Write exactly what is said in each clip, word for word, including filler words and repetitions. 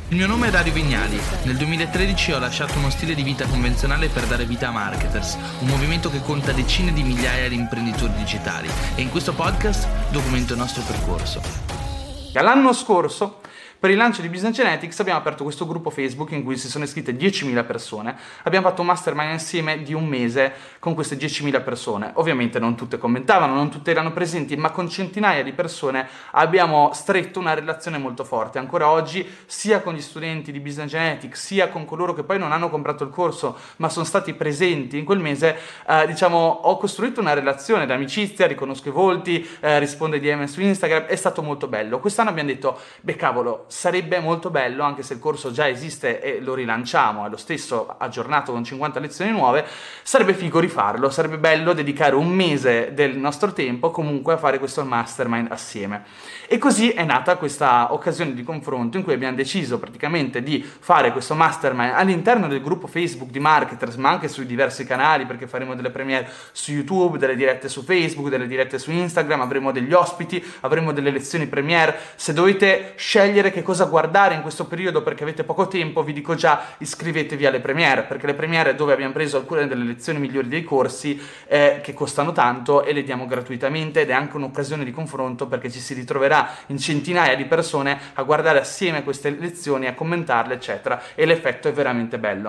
Il mio nome è Dario Vignali. Nel duemilatredici ho lasciato uno stile di vita convenzionale per dare vita a Marketers, un movimento che conta decine di migliaia di imprenditori digitali, e in questo podcast documento il nostro percorso. L'anno scorso, per il lancio di Business Genetics, abbiamo aperto questo gruppo Facebook in cui si sono iscritte diecimila persone. Abbiamo fatto un mastermind insieme di un mese con queste diecimila persone. Ovviamente non tutte commentavano, non tutte erano presenti, ma con centinaia di persone abbiamo stretto una relazione molto forte. Ancora oggi, sia con gli studenti di Business Genetics, sia con coloro che poi non hanno comprato il corso, ma sono stati presenti in quel mese, eh, diciamo, ho costruito una relazione d'amicizia, riconosco i volti, eh, rispondo ai D M su Instagram, è stato molto bello. Quest'anno abbiamo detto, beh cavolo, sarebbe molto bello, anche se il corso già esiste e lo rilanciamo, è lo stesso aggiornato con cinquanta lezioni nuove, sarebbe figo rifarlo, sarebbe bello dedicare un mese del nostro tempo comunque a fare questo mastermind assieme. E così è nata questa occasione di confronto in cui abbiamo deciso praticamente di fare questo mastermind all'interno del gruppo Facebook di Marketers, ma anche sui diversi canali, perché faremo delle premiere su YouTube, delle dirette su Facebook, delle dirette su Instagram, avremo degli ospiti, avremo delle lezioni premiere. Se dovete scegliere che cosa guardare in questo periodo perché avete poco tempo, vi dico già, iscrivetevi alle premiere, perché le premiere dove abbiamo preso alcune delle lezioni migliori dei corsi eh, che costano tanto e le diamo gratuitamente, ed è anche un'occasione di confronto perché ci si ritroverà in centinaia di persone a guardare assieme queste lezioni, a commentarle eccetera, e l'effetto è veramente bello.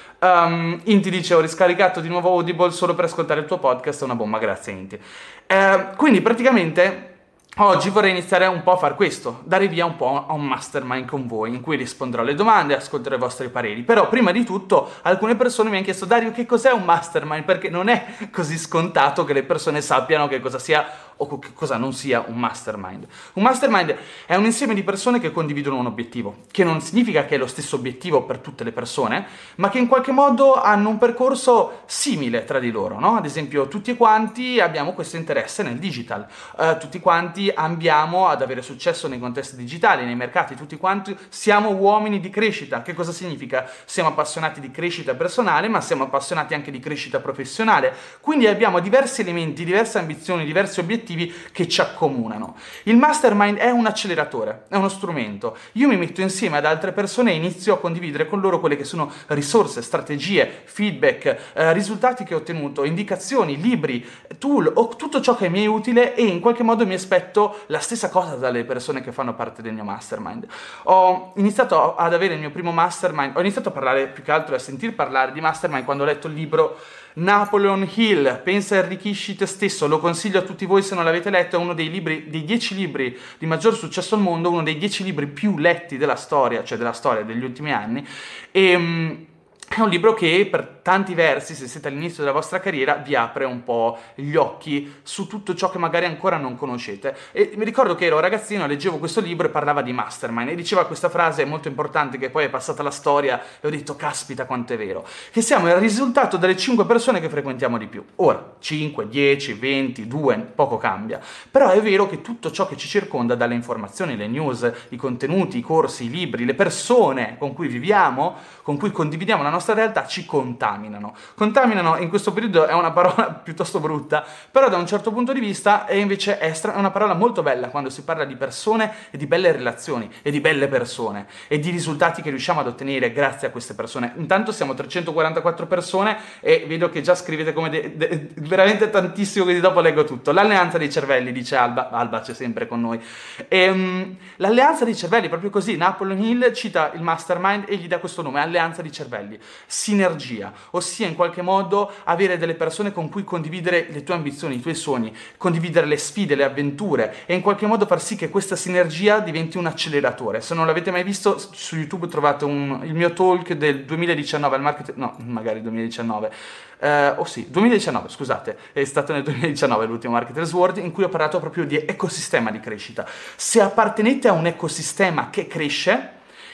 Um, Inti dice: ho riscaricato di nuovo Audible solo per ascoltare il tuo podcast, è una bomba, grazie Inti. Uh, quindi praticamente oggi vorrei iniziare un po' a far questo, dare via un po' a un mastermind con voi, in cui risponderò alle domande, ascolterò i vostri pareri. Però prima di tutto alcune persone mi hanno chiesto: Dario, che cos'è un mastermind? Perché non è così scontato che le persone sappiano che cosa sia o che cosa non sia un mastermind. Un mastermind è un insieme di persone che condividono un obiettivo, che non significa che è lo stesso obiettivo per tutte le persone, ma che in qualche modo hanno un percorso simile tra di loro, no? Ad esempio, tutti quanti abbiamo questo interesse nel digital, uh, tutti quanti ambiamo ad avere successo nei contesti digitali, nei mercati, tutti quanti siamo uomini di crescita. Che cosa significa? Siamo appassionati di crescita personale, ma siamo appassionati anche di crescita professionale, quindi abbiamo diversi elementi, diverse ambizioni, diversi obiettivi che ci accomunano. Il mastermind è un acceleratore, è uno strumento. Io mi metto insieme ad altre persone e inizio a condividere con loro quelle che sono risorse, strategie, feedback, eh, risultati che ho ottenuto, indicazioni, libri, tool o tutto ciò che mi è utile, e in qualche modo mi aspetto la stessa cosa dalle persone che fanno parte del mio mastermind. Ho iniziato ad avere il mio primo mastermind, ho iniziato a parlare più che altro, a sentir parlare di mastermind quando ho letto il libro Napoleon Hill, Pensa e arricchisci te stesso. Lo consiglio a tutti voi se non l'avete letto, è uno dei libri, dei dieci libri di maggior successo al mondo, uno dei dieci libri più letti della storia, cioè della storia degli ultimi anni, e um, è un libro che per tanti versi, se siete all'inizio della vostra carriera, vi apre un po' gli occhi su tutto ciò che magari ancora non conoscete. E mi ricordo che ero ragazzino, leggevo questo libro e parlava di mastermind e diceva questa frase molto importante che poi è passata alla storia, e ho detto caspita quanto è vero, che siamo il risultato delle cinque persone che frequentiamo di più. Ora, cinque, dieci, venti, due, poco cambia, però è vero che tutto ciò che ci circonda, dalle informazioni, le news, i contenuti, i corsi, i libri, le persone con cui viviamo, con cui condividiamo la nostra realtà, ci contaminano. Contaminano in questo periodo è una parola piuttosto brutta, però da un certo punto di vista è invece è una parola molto bella quando si parla di persone e di belle relazioni e di belle persone e di risultati che riusciamo ad ottenere grazie a queste persone. Intanto siamo trecentoquarantaquattro persone e vedo che già scrivete come de- de- veramente tantissimo, quindi dopo leggo tutto. L'alleanza dei cervelli, dice Alba, Alba c'è sempre con noi. E, um, l'alleanza dei cervelli, proprio così, Napoleon Hill cita il mastermind e gli dà questo nome, alleanza dei cervelli, sinergia, ossia in qualche modo avere delle persone con cui condividere le tue ambizioni, i tuoi sogni, condividere le sfide, le avventure, e in qualche modo far sì che questa sinergia diventi un acceleratore. Se non l'avete mai visto, su YouTube trovate un, il mio talk del duemiladiciannove al marketing, no, magari duemiladiciannove, eh, oh sì, duemiladiciannove, scusate, è stato nel duemiladiciannove l'ultimo Marketers World, in cui ho parlato proprio di ecosistema di crescita. Se appartenete a un ecosistema che cresce,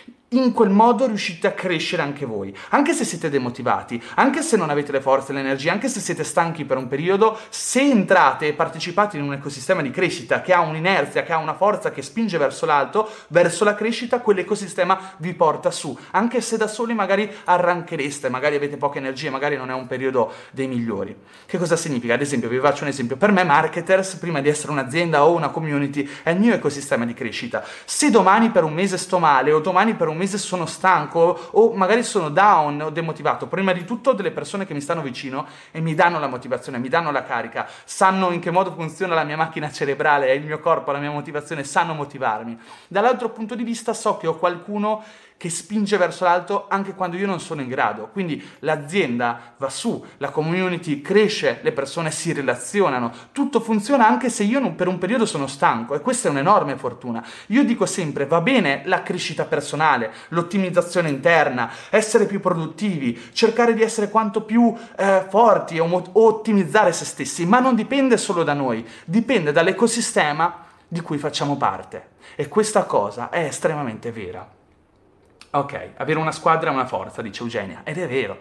in quel modo riuscite a crescere anche voi, anche se siete demotivati, anche se non avete le forze e l'energia, anche se siete stanchi per un periodo. Se entrate e partecipate in un ecosistema di crescita che ha un'inerzia, che ha una forza che spinge verso l'alto, verso la crescita, quell'ecosistema vi porta su, anche se da soli magari arranchereste, magari avete poca energia, magari non è un periodo dei migliori. Che cosa significa? Ad esempio, vi faccio un esempio, per me Marketers, prima di essere un'azienda o una community, è il mio ecosistema di crescita. Se domani per un mese sto male o domani per un mese sono stanco o magari sono down o demotivato, prima di tutto delle persone che mi stanno vicino e mi danno la motivazione, mi danno la carica, sanno in che modo funziona la mia macchina cerebrale, il mio corpo, la mia motivazione, sanno motivarmi. Dall'altro punto di vista so che ho qualcuno che spinge verso l'alto anche quando io non sono in grado. Quindi l'azienda va su, la community cresce, le persone si relazionano, tutto funziona anche se io non, per un periodo sono stanco, e questa è un'enorme fortuna. Io dico sempre, va bene la crescita personale, l'ottimizzazione interna, essere più produttivi, cercare di essere quanto più eh, forti o, mo- o ottimizzare se stessi, ma non dipende solo da noi, dipende dall'ecosistema di cui facciamo parte. E questa cosa è estremamente vera. Ok, avere una squadra è una forza, dice Eugenia, ed è vero.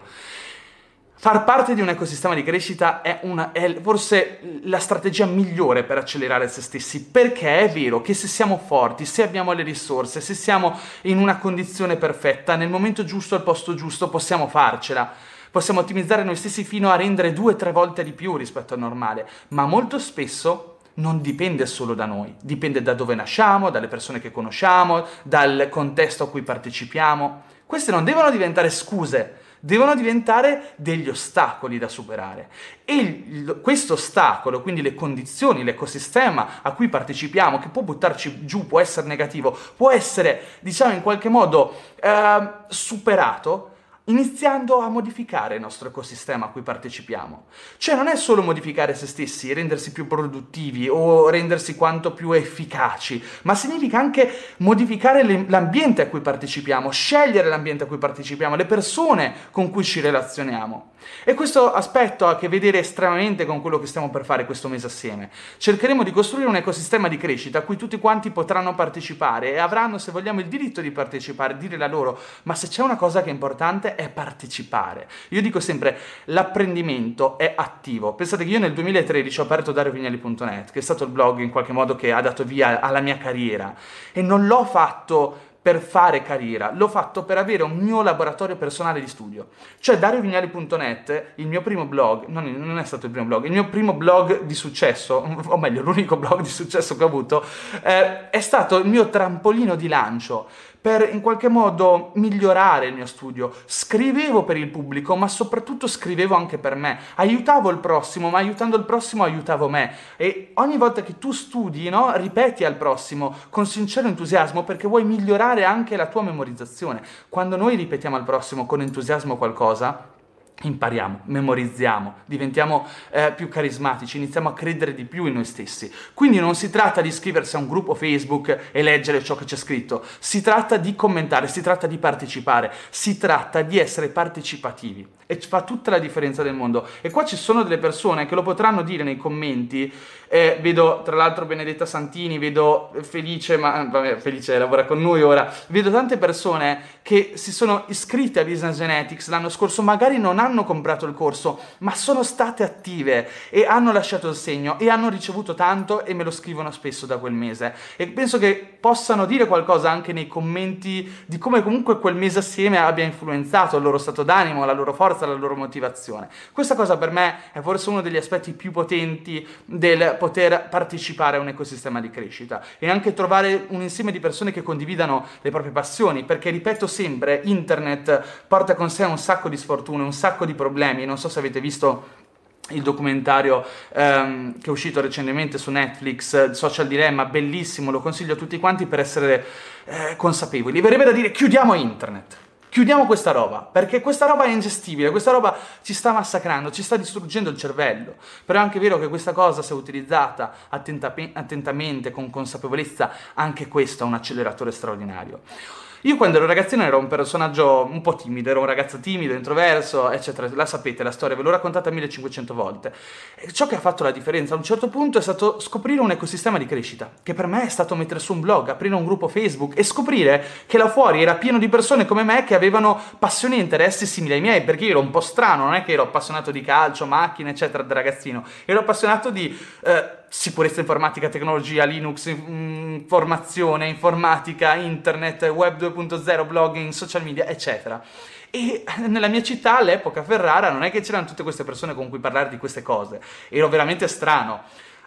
Far parte di un ecosistema di crescita è, una, è forse la strategia migliore per accelerare se stessi, perché è vero che se siamo forti, se abbiamo le risorse, se siamo in una condizione perfetta, nel momento giusto, al posto giusto, possiamo farcela. Possiamo ottimizzare noi stessi fino a rendere due o tre volte di più rispetto al normale, ma molto spesso non dipende solo da noi, dipende da dove nasciamo, dalle persone che conosciamo, dal contesto a cui partecipiamo. Queste non devono diventare scuse, devono diventare degli ostacoli da superare. E il, questo ostacolo, quindi le condizioni, l'ecosistema a cui partecipiamo, che può buttarci giù, può essere negativo, può essere, diciamo, in qualche modo eh, superato, iniziando a modificare il nostro ecosistema a cui partecipiamo. Cioè non è solo modificare se stessi, rendersi più produttivi o rendersi quanto più efficaci, ma significa anche modificare le, l'ambiente a cui partecipiamo, scegliere l'ambiente a cui partecipiamo, le persone con cui ci relazioniamo. E questo aspetto ha a che vedere estremamente con quello che stiamo per fare questo mese assieme. Cercheremo di costruire un ecosistema di crescita a cui tutti quanti potranno partecipare e avranno, se vogliamo, il diritto di partecipare, dire la loro, ma se c'è una cosa che è importante è partecipare. Io dico sempre, l'apprendimento è attivo. Pensate che io nel duemilatredici ho aperto dario vignali punto net, che è stato il blog in qualche modo che ha dato via alla mia carriera, e non l'ho fatto per fare carriera, l'ho fatto per avere un mio laboratorio personale di studio. Cioè dario vignali punto net, il mio primo blog, non, non è stato il primo blog, il mio primo blog di successo, o meglio l'unico blog di successo che ho avuto, eh, è stato il mio trampolino di lancio per in qualche modo migliorare il mio studio. Scrivevo per il pubblico, ma soprattutto scrivevo anche per me. Aiutavo il prossimo, ma aiutando il prossimo aiutavo me. E ogni volta che tu studi, no, ripeti al prossimo con sincero entusiasmo, perché vuoi migliorare anche la tua memorizzazione. Quando noi ripetiamo al prossimo con entusiasmo qualcosa, impariamo, memorizziamo, diventiamo eh, più carismatici, iniziamo a credere di più in noi stessi. Quindi non si tratta di iscriversi a un gruppo Facebook e leggere ciò che c'è scritto, si tratta di commentare, si tratta di partecipare, si tratta di essere partecipativi, e fa tutta la differenza del mondo. E qua ci sono delle persone che lo potranno dire nei commenti, eh, vedo tra l'altro Benedetta Santini, vedo Felice, ma vabbè, Felice lavora con noi ora, vedo tante persone che si sono iscritte a Business Genetics l'anno scorso, magari non hanno comprato il corso, ma sono state attive e hanno lasciato il segno e hanno ricevuto tanto, e me lo scrivono spesso da quel mese, e penso che possano dire qualcosa anche nei commenti di come comunque quel mese assieme abbia influenzato il loro stato d'animo, la loro forza, la loro motivazione. Questa cosa per me è forse uno degli aspetti più potenti del poter partecipare a un ecosistema di crescita, e anche trovare un insieme di persone che condividano le proprie passioni, perché ripeto sempre, internet porta con sé un sacco di sfortune, un sacco di problemi. Non so se avete visto il documentario ehm, che è uscito recentemente su Netflix, Social Dilemma, bellissimo, lo consiglio a tutti quanti per essere eh, consapevoli. Verrebbe da dire: chiudiamo internet. Chiudiamo questa roba, perché questa roba è ingestibile, questa roba ci sta massacrando, ci sta distruggendo il cervello. Però è anche vero che questa cosa, se utilizzata attenta- attentamente, con consapevolezza, anche questo è un acceleratore straordinario. Io quando ero ragazzino ero un personaggio un po' timido, ero un ragazzo timido, introverso, eccetera. La sapete la storia, ve l'ho raccontata millecinquecento volte. E ciò che ha fatto la differenza a un certo punto è stato scoprire un ecosistema di crescita, che per me è stato mettere su un blog, aprire un gruppo Facebook e scoprire che là fuori era pieno di persone come me che avevano passioni e interessi simili ai miei, perché io ero un po' strano, non è che ero appassionato di calcio, macchine, eccetera, da ragazzino. Ero appassionato di eh, sicurezza informatica, tecnologia, Linux, informazione, informatica, internet, web due punto zero, blogging, social media, eccetera. E nella mia città all'epoca, Ferrara, non è che c'erano tutte queste persone con cui parlare di queste cose. Ero veramente strano.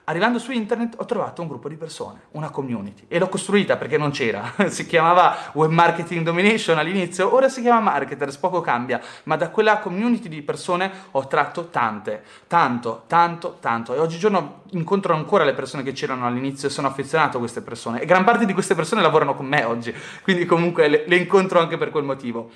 Arrivando su internet ho trovato un gruppo di persone, una community, e l'ho costruita perché non c'era, si chiamava Web Marketing Domination all'inizio, ora si chiama Marketers, poco cambia, ma da quella community di persone ho tratto tante, tanto, tanto, tanto, e oggigiorno incontro ancora le persone che c'erano all'inizio e sono affezionato a queste persone, e gran parte di queste persone lavorano con me oggi, quindi comunque le, le incontro anche per quel motivo.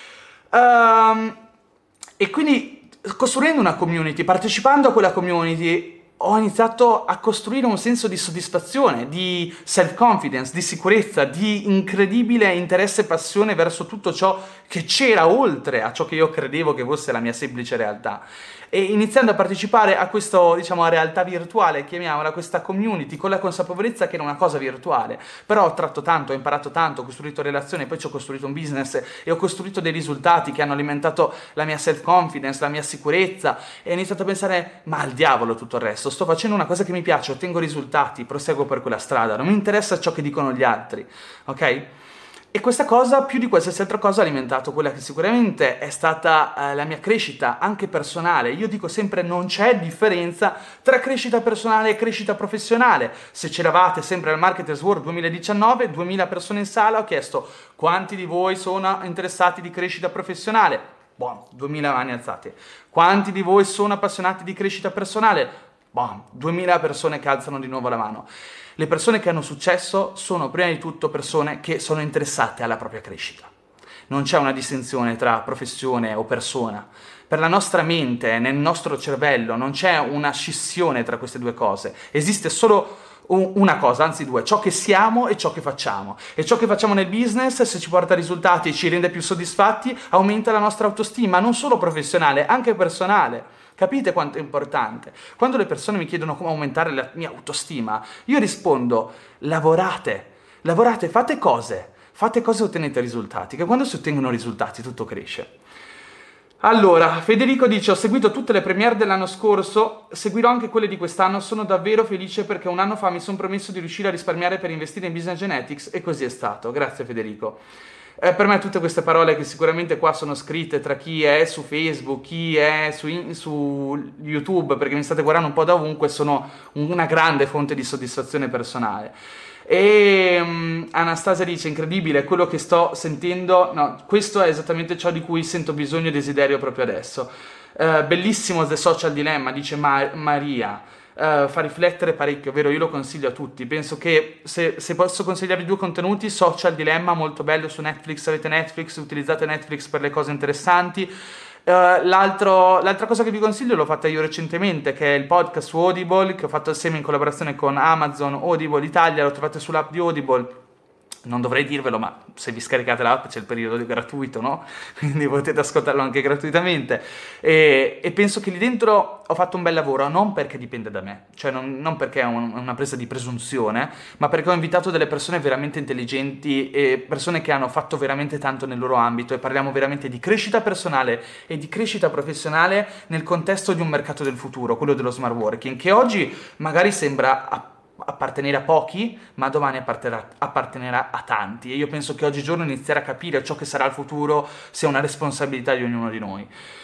Um, e quindi costruendo una community, partecipando a quella community, ho iniziato a costruire un senso di soddisfazione, di self-confidence, di sicurezza, di incredibile interesse e passione verso tutto ciò che c'era oltre a ciò che io credevo che fosse la mia semplice realtà. E iniziando a partecipare a questa, diciamo, realtà virtuale, chiamiamola, questa community, con la consapevolezza che era una cosa virtuale, però ho tratto tanto, ho imparato tanto, ho costruito relazioni, poi ci ho costruito un business e ho costruito dei risultati che hanno alimentato la mia self-confidence, la mia sicurezza, e ho iniziato a pensare, ma al diavolo tutto il resto, sto facendo una cosa che mi piace, ottengo risultati, proseguo per quella strada, non mi interessa ciò che dicono gli altri, ok? E questa cosa, più di qualsiasi altra cosa, ha alimentato quella che sicuramente è stata eh, la mia crescita, anche personale. Io dico sempre non c'è differenza tra crescita personale e crescita professionale. Se c'eravate sempre al Marketers World duemiladiciannove, duemila persone in sala, ho chiesto quanti di voi sono interessati di crescita professionale? Buono, duemila mani alzate. Quanti di voi sono appassionati di crescita personale? Buono, duemila persone che alzano di nuovo la mano. Le persone che hanno successo sono prima di tutto persone che sono interessate alla propria crescita. Non c'è una distinzione tra professione o persona. Per la nostra mente, nel nostro cervello, non c'è una scissione tra queste due cose. Esiste solo una cosa, anzi due, ciò che siamo e ciò che facciamo. E ciò che facciamo nel business, se ci porta risultati e ci rende più soddisfatti, aumenta la nostra autostima, non solo professionale, anche personale. Capite quanto è importante? Quando le persone mi chiedono come aumentare la mia autostima, io rispondo, lavorate, lavorate, fate cose, fate cose e ottenete risultati, che quando si ottengono risultati tutto cresce. Allora, Federico dice, ho seguito tutte le premiere dell'anno scorso, seguirò anche quelle di quest'anno, sono davvero felice perché un anno fa mi sono promesso di riuscire a risparmiare per investire in Business Genetics e così è stato. Grazie Federico. Eh, per me tutte queste parole che sicuramente qua sono scritte tra chi è su Facebook, chi è su, in, su YouTube, perché mi state guardando un po' da ovunque, sono una grande fonte di soddisfazione personale. E um, Anastasia dice, incredibile, quello che sto sentendo, no, questo è esattamente ciò di cui sento bisogno e desiderio proprio adesso. Uh, bellissimo The Social Dilemma, dice Ma- Maria. Uh, fa riflettere parecchio, vero? Io lo consiglio a tutti. Penso che se, se posso consigliarvi due contenuti, Social Dilemma, molto bello su Netflix, avete Netflix, utilizzate Netflix per le cose interessanti. Uh, l'altro, l'altra cosa che vi consiglio l'ho fatta io recentemente, che è il podcast su Audible, che ho fatto assieme in collaborazione con Amazon Audible Italia, lo trovate sull'app di Audible. Non dovrei dirvelo, ma se vi scaricate l'app c'è il periodo gratuito, no? Quindi potete ascoltarlo anche gratuitamente. E, e penso che lì dentro ho fatto un bel lavoro, non perché dipende da me, cioè non, non perché è un, una presa di presunzione, ma perché ho invitato delle persone veramente intelligenti e persone che hanno fatto veramente tanto nel loro ambito, e parliamo veramente di crescita personale e di crescita professionale nel contesto di un mercato del futuro, quello dello smart working, che oggi magari sembra a appartenere a pochi, ma domani apparterà, appartenerà a tanti, e io penso che oggigiorno iniziare a capire ciò che sarà il futuro sia una responsabilità di ognuno di noi.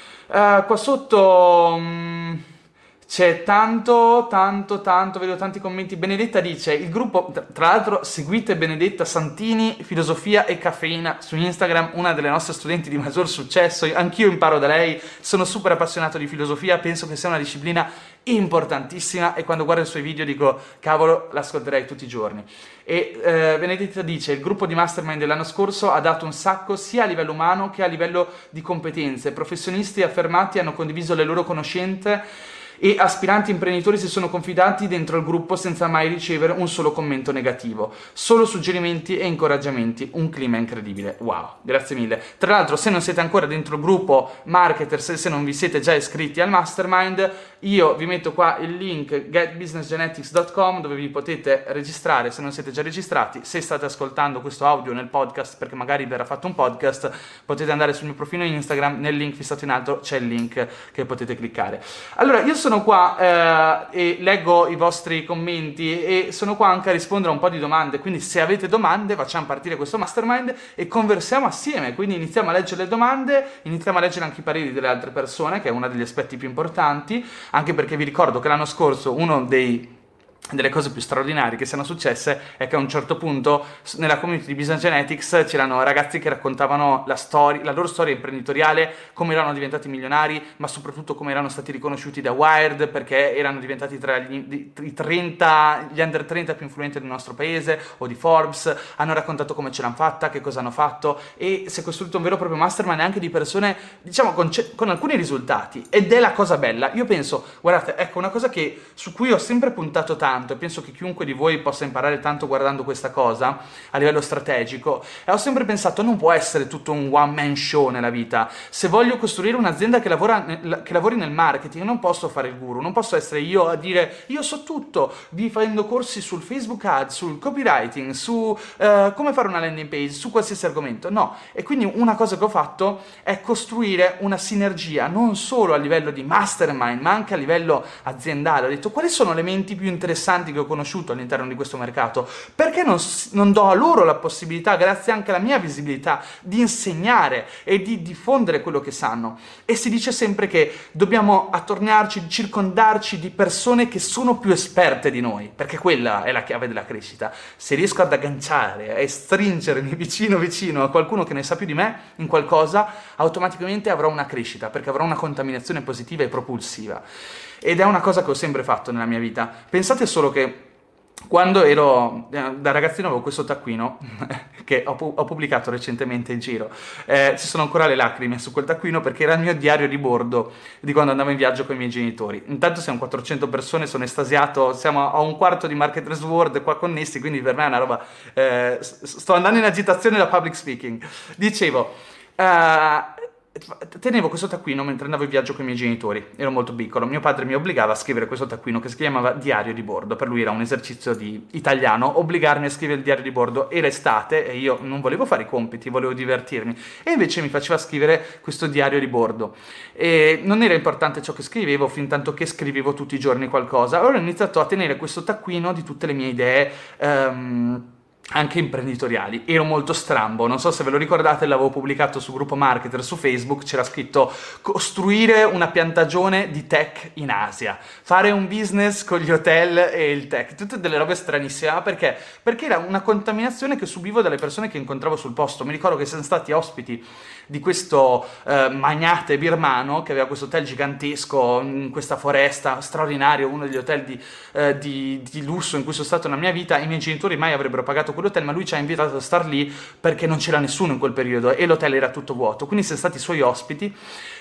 Uh, qua sotto um, c'è tanto, tanto, tanto, vedo tanti commenti. Benedetta dice, il gruppo, tra l'altro seguite Benedetta Santini, Filosofia e Caffeina su Instagram, una delle nostre studenti di maggior successo, anch'io imparo da lei, sono super appassionato di filosofia, penso che sia una disciplina importantissima e quando guardo i suoi video dico, cavolo, l'ascolterei tutti i giorni. E eh, Benedetta dice, il gruppo di Mastermind dell'anno scorso ha dato un sacco sia a livello umano che a livello di competenze, professionisti affermati hanno condiviso le loro conoscenze e aspiranti imprenditori si sono confidati dentro il gruppo senza mai ricevere un solo commento negativo, solo suggerimenti e incoraggiamenti, un clima incredibile. Wow, grazie mille. Tra l'altro, se non siete ancora dentro il gruppo Marketers, se non vi siete già iscritti al Mastermind, io vi metto qua il link get business genetics dot com dove vi potete registrare se non siete già registrati. Se state ascoltando questo audio nel podcast, perché magari verrà fatto un podcast, potete andare sul mio profilo Instagram, nel link fissato in alto c'è il link che potete cliccare. Allora, io sono Sono qua eh, e leggo i vostri commenti e sono qua anche a rispondere a un po' di domande, quindi se avete domande facciamo partire questo mastermind e conversiamo assieme, quindi iniziamo a leggere le domande, iniziamo a leggere anche i pareri delle altre persone, che è uno degli aspetti più importanti, anche perché vi ricordo che l'anno scorso uno dei delle cose più straordinarie che siano successe è che a un certo punto nella community di Business Genetics c'erano ragazzi che raccontavano la, storia, la loro storia imprenditoriale, come erano diventati milionari, ma soprattutto come erano stati riconosciuti da Wired, perché erano diventati tra gli, i trenta, gli under trenta più influenti del nostro paese, o di Forbes. Hanno raccontato come ce l'hanno fatta, che cosa hanno fatto, e si è costruito un vero e proprio mastermind anche di persone, diciamo, con, con alcuni risultati, ed è la cosa bella. Io penso, guardate, ecco, una cosa che, su cui ho sempre puntato tanto, e penso che chiunque di voi possa imparare tanto guardando questa cosa a livello strategico, e ho sempre pensato, non può essere tutto un one man show nella vita. Se voglio costruire un'azienda che, lavora, che lavori nel marketing, non posso fare il guru, non posso essere io a dire io so tutto, vi facendo corsi sul Facebook Ads, sul copywriting, su uh, come fare una landing page, su qualsiasi argomento. No, e quindi una cosa che ho fatto è costruire una sinergia non solo a livello di mastermind ma anche a livello aziendale. Ho detto, quali sono elementi più interessanti che ho conosciuto all'interno di questo mercato? Perché non, non do a loro la possibilità, grazie anche alla mia visibilità, di insegnare e di diffondere quello che sanno? E si dice sempre che dobbiamo attorniarci, circondarci di persone che sono più esperte di noi, perché quella è la chiave della crescita. Se riesco ad agganciare e stringermi vicino vicino a qualcuno che ne sa più di me in qualcosa, automaticamente avrò una crescita, perché avrò una contaminazione positiva e propulsiva. Ed è una cosa che ho sempre fatto nella mia vita. Pensate solo che quando ero da ragazzino avevo questo taccuino che ho, pu- ho pubblicato recentemente in giro. Eh, ci sono ancora le lacrime su quel taccuino, perché era il mio diario di bordo di quando andavo in viaggio con i miei genitori. Intanto siamo quattrocento persone, sono estasiato, siamo a un quarto di Marketers World qua connessi, quindi per me è una roba... Eh, sto andando in agitazione da public speaking. Dicevo... Uh, tenevo questo taccuino mentre andavo in viaggio con i miei genitori, ero molto piccolo, mio padre mi obbligava a scrivere questo taccuino che si chiamava diario di bordo. Per lui era un esercizio di italiano obbligarmi a scrivere il diario di bordo. Era estate e io non volevo fare i compiti, volevo divertirmi, e invece mi faceva scrivere questo diario di bordo, e non era importante ciò che scrivevo fin tanto che scrivevo tutti i giorni qualcosa. Allora ho iniziato a tenere questo taccuino di tutte le mie idee, um, anche imprenditoriali. Ero molto strambo, non so se ve lo ricordate, l'avevo pubblicato su Gruppo Marketer su Facebook, c'era scritto costruire una piantagione di tech in Asia, fare un business con gli hotel e il tech, tutte delle robe stranissime. Perché? Perché era una contaminazione che subivo dalle persone che incontravo sul posto. Mi ricordo che siamo stati ospiti di questo eh, magnate birmano che aveva questo hotel gigantesco in questa foresta, straordinario, uno degli hotel di, eh, di, di lusso in cui sono stato nella mia vita. I miei genitori mai avrebbero pagato quell'hotel, ma lui ci ha invitato a star lì perché non c'era nessuno in quel periodo e l'hotel era tutto vuoto, quindi siamo stati suoi ospiti.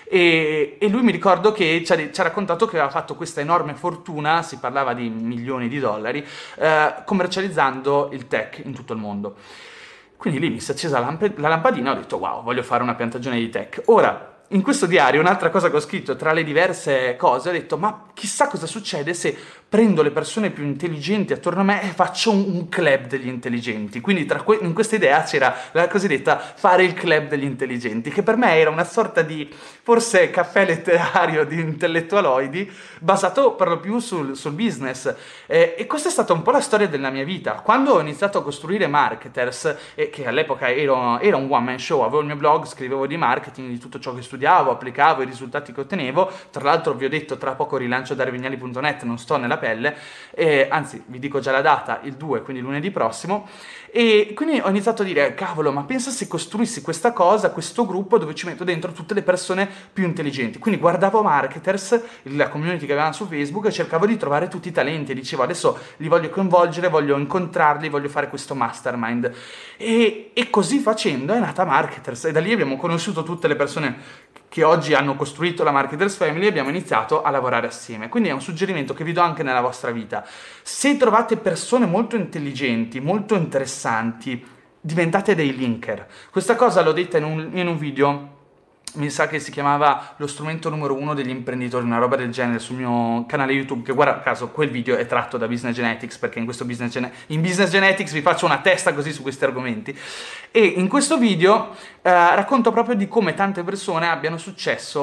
E, e lui, mi ricordo che ci ha, ci ha raccontato che aveva fatto questa enorme fortuna, si parlava di milioni di dollari, eh, commercializzando il tech in tutto il mondo. Quindi lì mi si è accesa la, lamp- la lampadina, ho detto wow, voglio fare una piantagione di tech. Ora, in questo diario, un'altra cosa che ho scritto tra le diverse cose, ho detto ma chissà cosa succede se prendo le persone più intelligenti attorno a me e faccio un, un club degli intelligenti. Quindi tra que- in questa idea c'era la cosiddetta fare il club degli intelligenti, che per me era una sorta di forse caffè letterario di intellettualoidi basato per lo più sul, sul business. Eh, e questa è stata un po' la storia della mia vita. Quando ho iniziato a costruire Marketers, eh, che all'epoca ero, era un one man show, avevo il mio blog, scrivevo di marketing, di tutto ciò che studiavo, applicavo, i risultati che ottenevo. Tra l'altro vi ho detto, tra poco rilancio darevignali punto net, non sto nella pelle, eh, anzi vi dico già la data, il due, quindi lunedì prossimo. E quindi ho iniziato a dire cavolo, ma pensa se costruissi questa cosa, questo gruppo dove ci metto dentro tutte le persone più intelligenti. Quindi guardavo Marketers, la community che avevamo su Facebook, e cercavo di trovare tutti i talenti e dicevo adesso li voglio coinvolgere, voglio incontrarli, voglio fare questo mastermind. E, e così facendo è nata Marketers, e da lì abbiamo conosciuto tutte le persone che oggi hanno costruito la Marketers Family e abbiamo iniziato a lavorare assieme. Quindi è un suggerimento che vi do anche nella vostra vita. Se trovate persone molto intelligenti, molto interessanti, diventate dei linker. Questa cosa l'ho detta in un, in un video, mi sa che si chiamava lo strumento numero uno degli imprenditori, una roba del genere, sul mio canale YouTube, che guarda caso quel video è tratto da Business Genetics, perché in questo Business, Gene- in Business Genetics vi faccio una testa così su questi argomenti. E in questo video eh, racconto proprio di come tante persone abbiano successo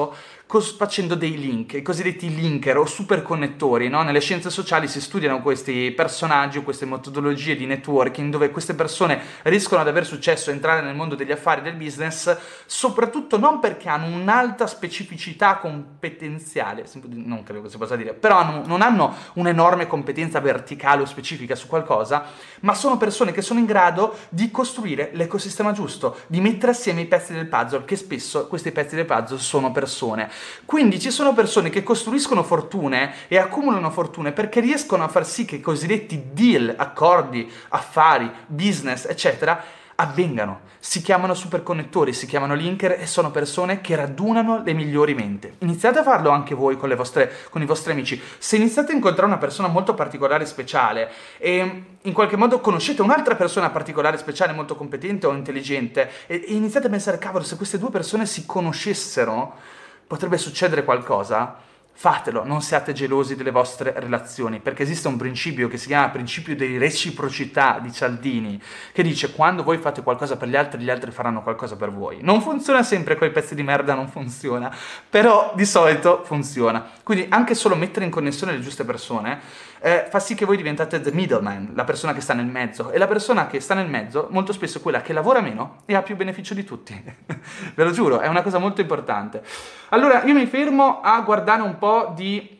cos- facendo dei link, i cosiddetti linker o superconnettori, no? Nelle scienze sociali si studiano questi personaggi o queste metodologie di networking dove queste persone riescono ad avere successo, entrare nel mondo degli affari, del business, soprattutto non perché hanno un'alta specificità competenziale, non credo che si possa dire, però hanno, non hanno un'enorme competenza verticale o specifica su qualcosa, ma sono persone che sono in grado di costruire l'ecosistema giusto, di mettere assieme i pezzi del puzzle, che spesso questi pezzi del puzzle sono persone. Quindi ci sono persone che costruiscono fortune e accumulano fortune perché riescono a far sì che i cosiddetti deal, accordi, affari, business, eccetera, avvengano. Si chiamano superconnettori, si chiamano linker e sono persone che radunano le migliori menti. Iniziate a farlo anche voi con, le vostre, con i vostri amici. Se iniziate a incontrare una persona molto particolare e speciale e in qualche modo conoscete un'altra persona particolare, speciale, molto competente o intelligente e, e iniziate a pensare, cavolo, se queste due persone si conoscessero potrebbe succedere qualcosa. Fatelo, non siate gelosi delle vostre relazioni, perché esiste un principio che si chiama principio di reciprocità di Cialdini, che dice quando voi fate qualcosa per gli altri, gli altri faranno qualcosa per voi. Non funziona sempre, quei pezzi di merda non funziona, però di solito funziona. Quindi anche solo mettere in connessione le giuste persone eh, fa sì che voi diventate the middleman, la persona che sta nel mezzo, e la persona che sta nel mezzo molto spesso è quella che lavora meno e ha più beneficio di tutti. Ve lo giuro, è una cosa molto importante. Allora, io mi fermo a guardare un po' di,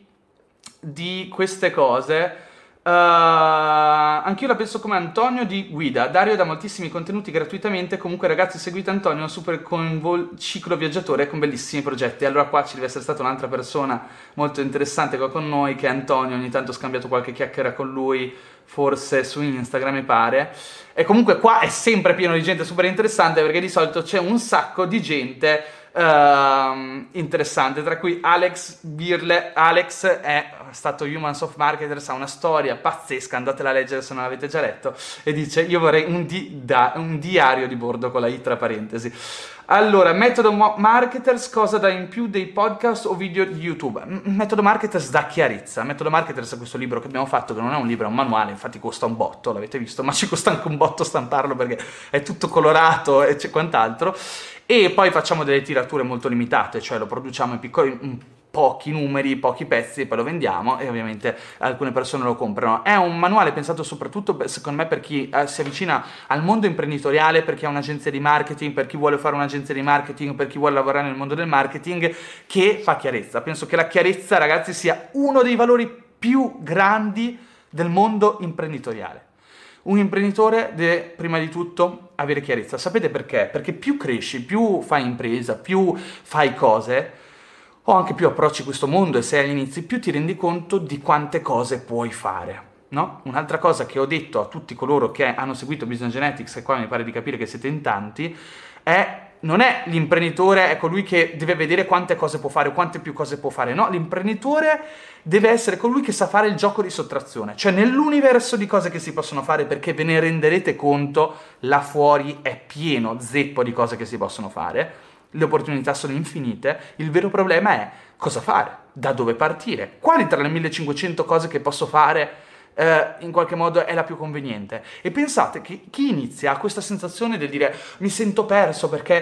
di queste cose. Uh, anch'io la penso come Antonio di Guida. Dario dà moltissimi contenuti gratuitamente. Comunque, ragazzi, seguite Antonio, un super coinvol- ciclo viaggiatore con bellissimi progetti. Allora, qua ci deve essere stata un'altra persona molto interessante qua con noi, che è Antonio. Ogni tanto ho scambiato qualche chiacchiera con lui, forse su Instagram, mi pare. E comunque, qua è sempre pieno di gente super interessante perché di solito c'è un sacco di gente Uh, interessante, tra cui Alex Birle. Alex è stato Humans of Marketers, ha una storia pazzesca, andatela a leggere se non l'avete già letto, e dice io vorrei un, di- da- un diario di bordo con la I tra parentesi. Allora, Metodo Marketers, cosa dà in più dei podcast o video di YouTube? M- Metodo Marketers dà chiarezza. Metodo Marketers è questo libro che abbiamo fatto, che non è un libro, è un manuale, infatti costa un botto, l'avete visto, ma ci costa anche un botto stamparlo perché è tutto colorato e c'è quant'altro. E poi facciamo delle tirature molto limitate, cioè lo produciamo in piccoli, in pochi numeri, pochi pezzi, e poi lo vendiamo e ovviamente alcune persone lo comprano. È un manuale pensato soprattutto, secondo me, per chi eh, si avvicina al mondo imprenditoriale, per chi ha un'agenzia di marketing, per chi vuole fare un'agenzia di marketing, per chi vuole lavorare nel mondo del marketing, che fa chiarezza. Penso che la chiarezza, ragazzi, sia uno dei valori più grandi del mondo imprenditoriale. Un imprenditore deve prima di tutto avere chiarezza. Sapete perché? Perché più cresci, più fai impresa, più fai cose, o anche più approcci questo mondo e sei agli inizi, più ti rendi conto di quante cose puoi fare, no? Un'altra cosa che ho detto a tutti coloro che hanno seguito Business Genetics, e qua mi pare di capire che siete in tanti, è non è l'imprenditore, è colui che deve vedere quante cose può fare o quante più cose può fare, no? L'imprenditore deve essere colui che sa fare il gioco di sottrazione, cioè nell'universo di cose che si possono fare, perché ve ne renderete conto, là fuori è pieno, zeppo di cose che si possono fare, le opportunità sono infinite, il vero problema è cosa fare, da dove partire, quali tra le millecinquecento cose che posso fare Uh, in qualche modo è la più conveniente. E pensate che chi inizia ha questa sensazione del dire mi sento perso perché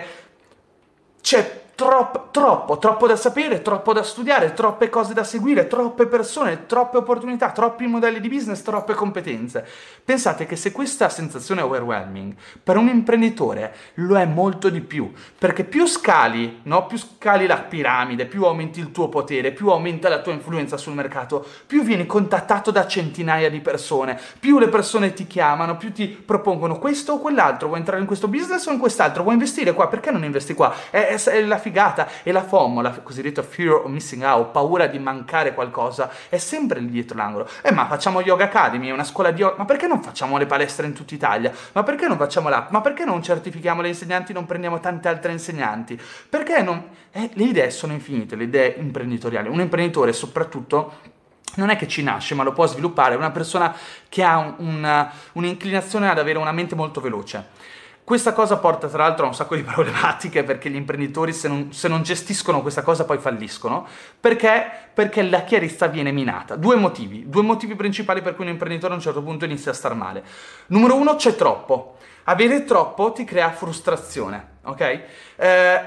c'è troppo, troppo, troppo da sapere, troppo da studiare, troppe cose da seguire, troppe persone, troppe opportunità, troppi modelli di business, troppe competenze. Pensate che se questa sensazione è overwhelming, per un imprenditore lo è molto di più, perché più scali, no? Più scali la piramide, più aumenti il tuo potere, più aumenta la tua influenza sul mercato, più vieni contattato da centinaia di persone, più le persone ti chiamano, più ti propongono questo o quell'altro, vuoi entrare in questo business o in quest'altro, vuoi investire qua, perché non investi qua? È, è, è la figata, e la FOMO, la cosiddetta fear of missing out, paura di mancare qualcosa, è sempre lì dietro l'angolo. Eh ma facciamo Yoga Academy, è una scuola di yoga, ma perché non facciamo le palestre in tutta Italia? Ma perché non facciamo l'app? Ma perché non certifichiamo le insegnanti, non prendiamo tante altre insegnanti? Perché non... Eh, le idee sono infinite, le idee imprenditoriali. Un imprenditore soprattutto non è che ci nasce, ma lo può sviluppare, è una persona che ha un, una, un'inclinazione ad avere una mente molto veloce. Questa cosa porta tra l'altro a un sacco di problematiche, perché gli imprenditori se non, se non gestiscono questa cosa poi falliscono, perché, perché la chiarezza viene minata. Due motivi, due motivi principali per cui un imprenditore a un certo punto inizia a star male. Numero uno, c'è troppo. Avere troppo ti crea frustrazione, ok? Eh,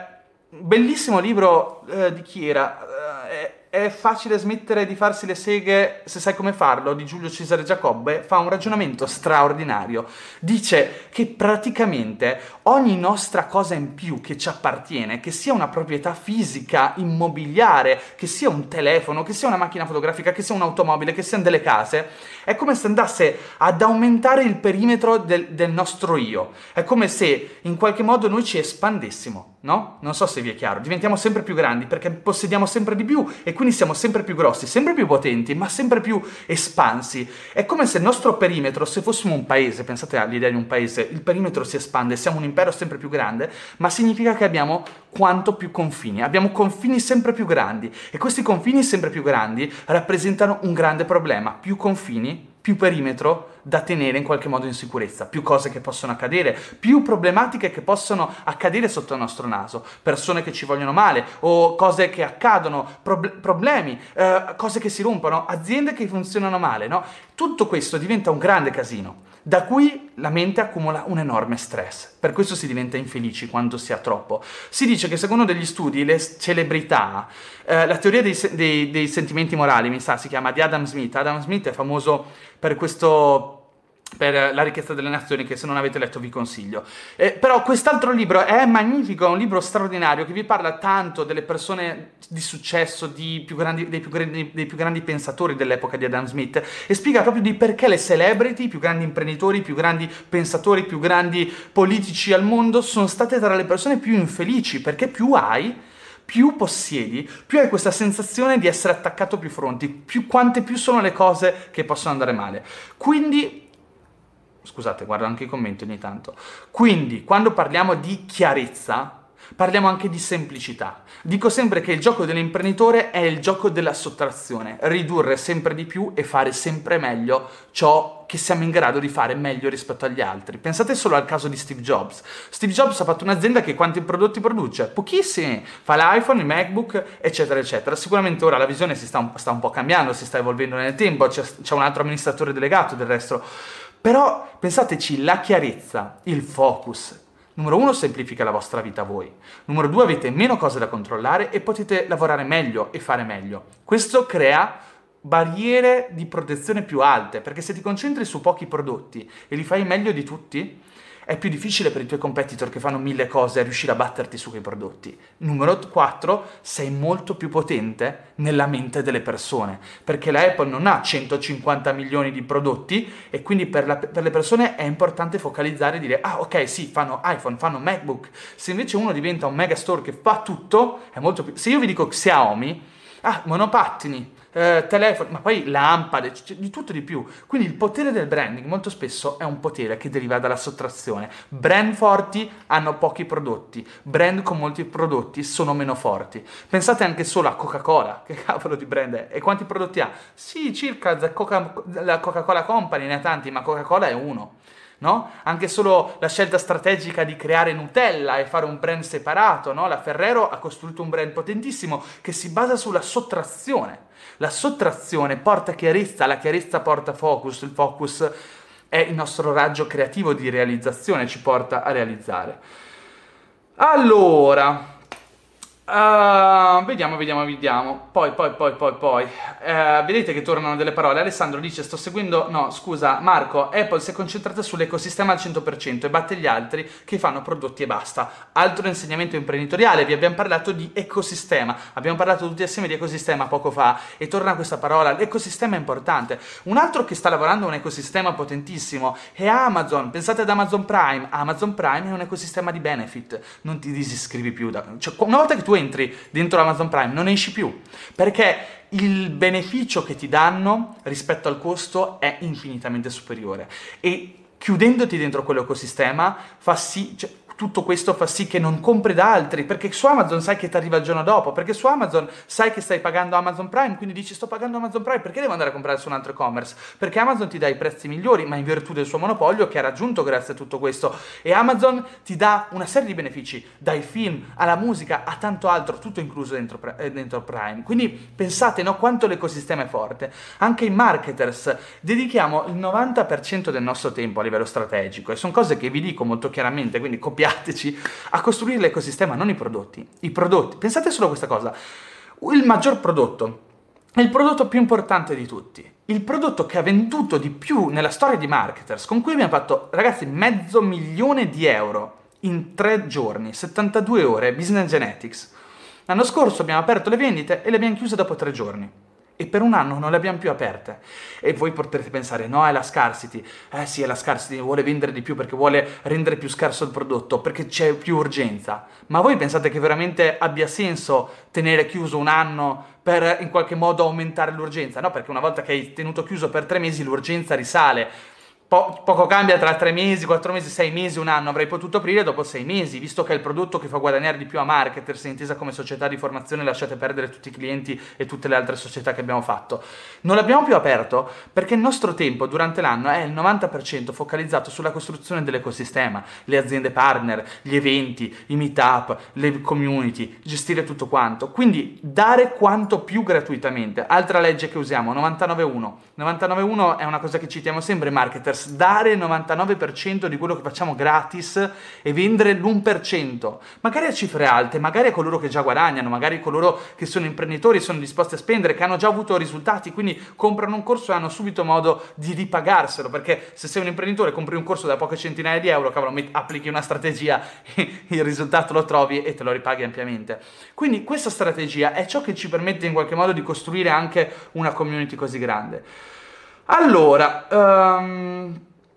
bellissimo libro eh, di chi era? Eh, è facile smettere di farsi le seghe se sai come farlo, di Giulio Cesare Giacobbe, fa un ragionamento straordinario. Dice che praticamente ogni nostra cosa in più che ci appartiene, che sia una proprietà fisica, immobiliare, che sia un telefono, che sia una macchina fotografica, che sia un'automobile, che siano delle case, è come se andasse ad aumentare il perimetro del, del nostro io. È come se in qualche modo noi ci espandessimo, no? Non so se vi è chiaro. Diventiamo sempre più grandi perché possediamo sempre di più e quindi siamo sempre più grossi, sempre più potenti, ma sempre più espansi. È come se il nostro perimetro, se fossimo un paese, pensate all'idea di un paese, il perimetro si espande, siamo un impero sempre più grande, ma significa che abbiamo quanto più confini, abbiamo confini sempre più grandi e questi confini sempre più grandi rappresentano un grande problema. Più confini, più perimetro da tenere in qualche modo in sicurezza, più cose che possono accadere, più problematiche che possono accadere sotto il nostro naso, persone che ci vogliono male o cose che accadono, prob- problemi, eh, cose che si rompono, aziende che funzionano male, no? Tutto questo diventa un grande casino, da cui la mente accumula un enorme stress. Per questo si diventa infelici quando si ha troppo. Si dice che secondo degli studi le celebrità, eh, la teoria dei, dei, dei sentimenti morali, mi sa, si chiama di Adam Smith. Adam Smith è famoso per questo, per La ricchezza delle nazioni, che se non avete letto vi consiglio. Eh, però quest'altro libro è magnifico, è un libro straordinario che vi parla tanto delle persone di successo, di più grandi, dei, più grandi, dei più grandi pensatori dell'epoca di Adam Smith, e spiega proprio di perché le celebrity, i più grandi imprenditori, i più grandi pensatori, i più grandi politici al mondo sono state tra le persone più infelici, perché più hai, più possiedi, più hai questa sensazione di essere attaccato a più fronti, più, quante più sono le cose che possono andare male. Quindi scusate, guardo anche i commenti ogni tanto. Quindi, quando parliamo di chiarezza, parliamo anche di semplicità. Dico sempre che il gioco dell'imprenditore è il gioco della sottrazione, ridurre sempre di più e fare sempre meglio ciò che siamo in grado di fare meglio rispetto agli altri. Pensate solo al caso di Steve Jobs. Steve Jobs ha fatto un'azienda che quanti prodotti produce? Pochissimi. Fa l'iPhone, il MacBook, eccetera, eccetera. Sicuramente ora la visione si sta un, sta un po' cambiando, si sta evolvendo nel tempo, c'è, c'è un altro amministratore delegato del resto. Però pensateci, la chiarezza, il focus. Numero uno, semplifica la vostra vita a voi. Numero due, avete meno cose da controllare e potete lavorare meglio e fare meglio. Questo crea barriere di protezione più alte, perché se ti concentri su pochi prodotti e li fai meglio di tutti, è più difficile per i tuoi competitor che fanno mille cose a riuscire a batterti su quei prodotti. Numero quattro, sei molto più potente nella mente delle persone, perché la Apple non ha centocinquanta milioni di prodotti e quindi per, la, per le persone è importante focalizzare e dire ah ok sì, fanno iPhone, fanno MacBook. Se invece uno diventa un megastore che fa tutto, è molto più... Se io vi dico Xiaomi, ah, monopattini, Eh, telefoni, ma poi lampade, c- di tutto di più. Quindi il potere del branding molto spesso è un potere che deriva dalla sottrazione. Brand forti hanno pochi prodotti, brand con molti prodotti sono meno forti. Pensate anche solo a Coca-Cola, che cavolo di brand è? E quanti prodotti ha? Sì, circa la Coca- la Coca-Cola Company ne ha tanti, ma Coca-Cola è uno. No? Anche solo la scelta strategica di creare Nutella e fare un brand separato, no? La Ferrero ha costruito un brand potentissimo che si basa sulla sottrazione. La sottrazione porta chiarezza, la chiarezza porta focus, il focus è il nostro raggio creativo di realizzazione, ci porta a realizzare. Allora, Uh, vediamo, vediamo, vediamo. Poi, poi, poi, poi, poi. Uh, vedete che tornano delle parole. Alessandro dice: sto seguendo. No, scusa, Marco. Apple si è concentrata sull'ecosistema al cento per cento e batte gli altri che fanno prodotti e basta. Altro insegnamento imprenditoriale. Vi abbiamo parlato di ecosistema. Abbiamo parlato tutti assieme di ecosistema poco fa. E torna questa parola. L'ecosistema è importante. Un altro che sta lavorando a un ecosistema potentissimo è Amazon. Pensate ad Amazon Prime. Amazon Prime è un ecosistema di benefit. Non ti disiscrivi più. Da... Cioè, una volta che tu entri dentro Amazon Prime non esci più, perché il beneficio che ti danno rispetto al costo è infinitamente superiore e chiudendoti dentro quell'ecosistema fa sì, cioè, tutto questo fa sì che non compri da altri, perché su Amazon sai che ti arriva il giorno dopo, perché su Amazon sai che stai pagando Amazon Prime, quindi dici sto pagando Amazon Prime, perché devo andare a comprare su un altro e-commerce? Perché Amazon ti dà i prezzi migliori, ma in virtù del suo monopolio che ha raggiunto grazie a tutto questo, e Amazon ti dà una serie di benefici, dai film alla musica a tanto altro, tutto incluso dentro, dentro Prime. Quindi pensate, no, quanto l'ecosistema è forte. Anche i marketers dedichiamo il novanta per cento del nostro tempo a livello strategico, e sono cose che vi dico molto chiaramente, quindi copiate aiutateci a costruire l'ecosistema, non i prodotti. I prodotti, pensate solo a questa cosa, il maggior prodotto, il prodotto più importante di tutti, il prodotto che ha venduto di più nella storia di Marketers, con cui abbiamo fatto, ragazzi, mezzo milione di euro in tre giorni, settantadue ore, Business Genetics. L'anno scorso abbiamo aperto le vendite e le abbiamo chiuse dopo tre giorni. E per un anno non le abbiamo più aperte. E voi potrete pensare, no, è la scarcity. Eh sì, è la scarcity, vuole vendere di più perché vuole rendere più scarso il prodotto, perché c'è più urgenza. Ma voi pensate che veramente abbia senso tenere chiuso un anno per in qualche modo aumentare l'urgenza? No, perché una volta che hai tenuto chiuso per tre mesi l'urgenza risale. Po- poco cambia tra tre mesi, quattro mesi, sei mesi, un anno. Avrei potuto aprire dopo sei mesi, visto che è il prodotto che fa guadagnare di più a Marketers, intesa come società di formazione. Lasciate perdere tutti i clienti e tutte le altre società che abbiamo fatto. Non l'abbiamo più aperto perché il nostro tempo durante l'anno è il novanta per cento focalizzato sulla costruzione dell'ecosistema, le aziende partner, gli eventi, i meetup, le community, gestire tutto quanto. Quindi dare quanto più gratuitamente. Altra legge che usiamo, novantanove uno. novantanove uno è una cosa che citiamo sempre, Marketers. Dare il novantanove per cento di quello che facciamo gratis e vendere l'uno per cento, magari a cifre alte, magari a coloro che già guadagnano, magari a coloro che sono imprenditori e sono disposti a spendere, che hanno già avuto risultati, quindi comprano un corso e hanno subito modo di ripagarselo, perché se sei un imprenditore compri un corso da poche centinaia di euro, cavolo, applichi una strategia, il risultato lo trovi e te lo ripaghi ampiamente. Quindi questa strategia è ciò che ci permette in qualche modo di costruire anche una community così grande. Allora, um,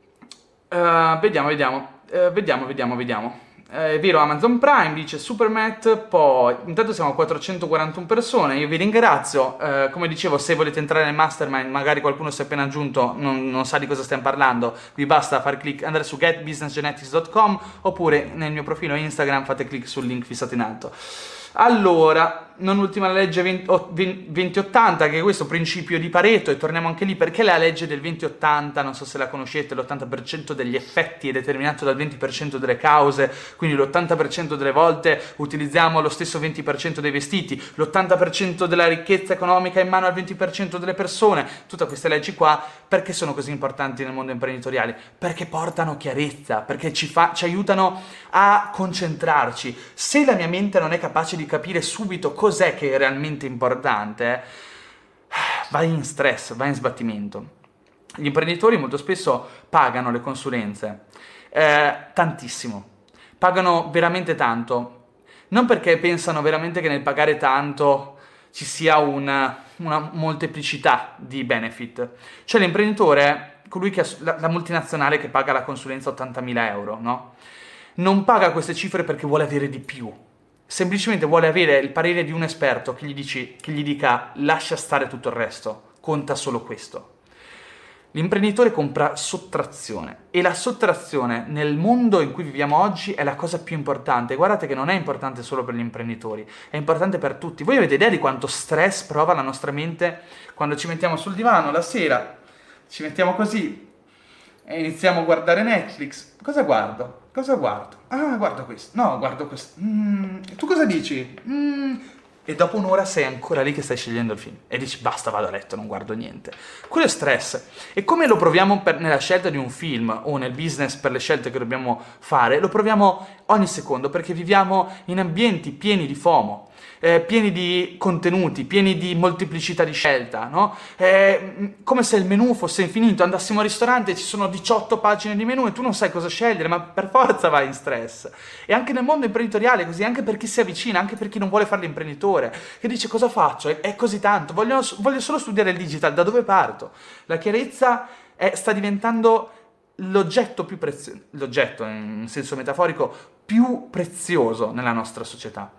uh, vediamo, vediamo, uh, vediamo, vediamo, vediamo. Uh, è vero, Amazon Prime dice Supermat, poi intanto siamo a quattrocentoquarantuno persone, io vi ringrazio, uh, come dicevo, se volete entrare nel mastermind, magari qualcuno si è appena aggiunto, non, non sa di cosa stiamo parlando, vi basta fare clic, andare su get business genetics dot com oppure nel mio profilo Instagram fate clic sul link fissato in alto. Allora, non ultima la legge venti ottanta, che è questo principio di Pareto, e torniamo anche lì perché la legge del venti ottanta, non so se la conoscete, l'ottanta per cento degli effetti è determinato dal venti per cento delle cause, quindi l'ottanta per cento delle volte utilizziamo lo stesso venti per cento dei vestiti, l'ottanta per cento della ricchezza economica è in mano al venti per cento delle persone. Tutte queste leggi qua perché sono così importanti nel mondo imprenditoriale? Perché portano chiarezza, perché ci, fa, ci aiutano a concentrarci. Se la mia mente non è capace di capire subito cos'è che è realmente importante, vai in stress, vai in sbattimento. Gli imprenditori molto spesso pagano le consulenze, eh, tantissimo, pagano veramente tanto, non perché pensano veramente che nel pagare tanto ci sia una, una molteplicità di benefit. Cioè l'imprenditore, colui che ha la, la multinazionale che paga la consulenza ottantamila euro, no? Non paga queste cifre perché vuole avere di più, semplicemente vuole avere il parere di un esperto che gli, dici, che gli dica lascia stare tutto il resto, conta solo questo. L'imprenditore compra sottrazione e la sottrazione nel mondo in cui viviamo oggi è la cosa più importante. Guardate che non è importante solo per gli imprenditori, è importante per tutti. Voi avete idea di quanto stress prova la nostra mente quando ci mettiamo sul divano la sera, ci mettiamo così e iniziamo a guardare Netflix? Cosa guardo? Cosa guardo? Ah, guardo questo. No, guardo questo. Mm, tu cosa dici? Mm. E dopo un'ora sei ancora lì che stai scegliendo il film. E dici, basta, vado a letto, non guardo niente. Quello è stress. E come lo proviamo per, nella scelta di un film o nel business per le scelte che dobbiamo fare, lo proviamo ogni secondo perché viviamo in ambienti pieni di FOMO. Eh, pieni di contenuti, pieni di molteplicità di scelta, no? Eh, come se il menù fosse infinito, andassimo al ristorante e ci sono diciotto pagine di menù e tu non sai cosa scegliere, ma per forza vai in stress. E anche nel mondo imprenditoriale così, anche per chi si avvicina, anche per chi non vuole fare l'imprenditore, che dice cosa faccio? È, è così tanto, voglio, voglio solo studiare il digital, da dove parto? La chiarezza è, sta diventando l'oggetto più prezioso, l'oggetto in senso metaforico più prezioso nella nostra società.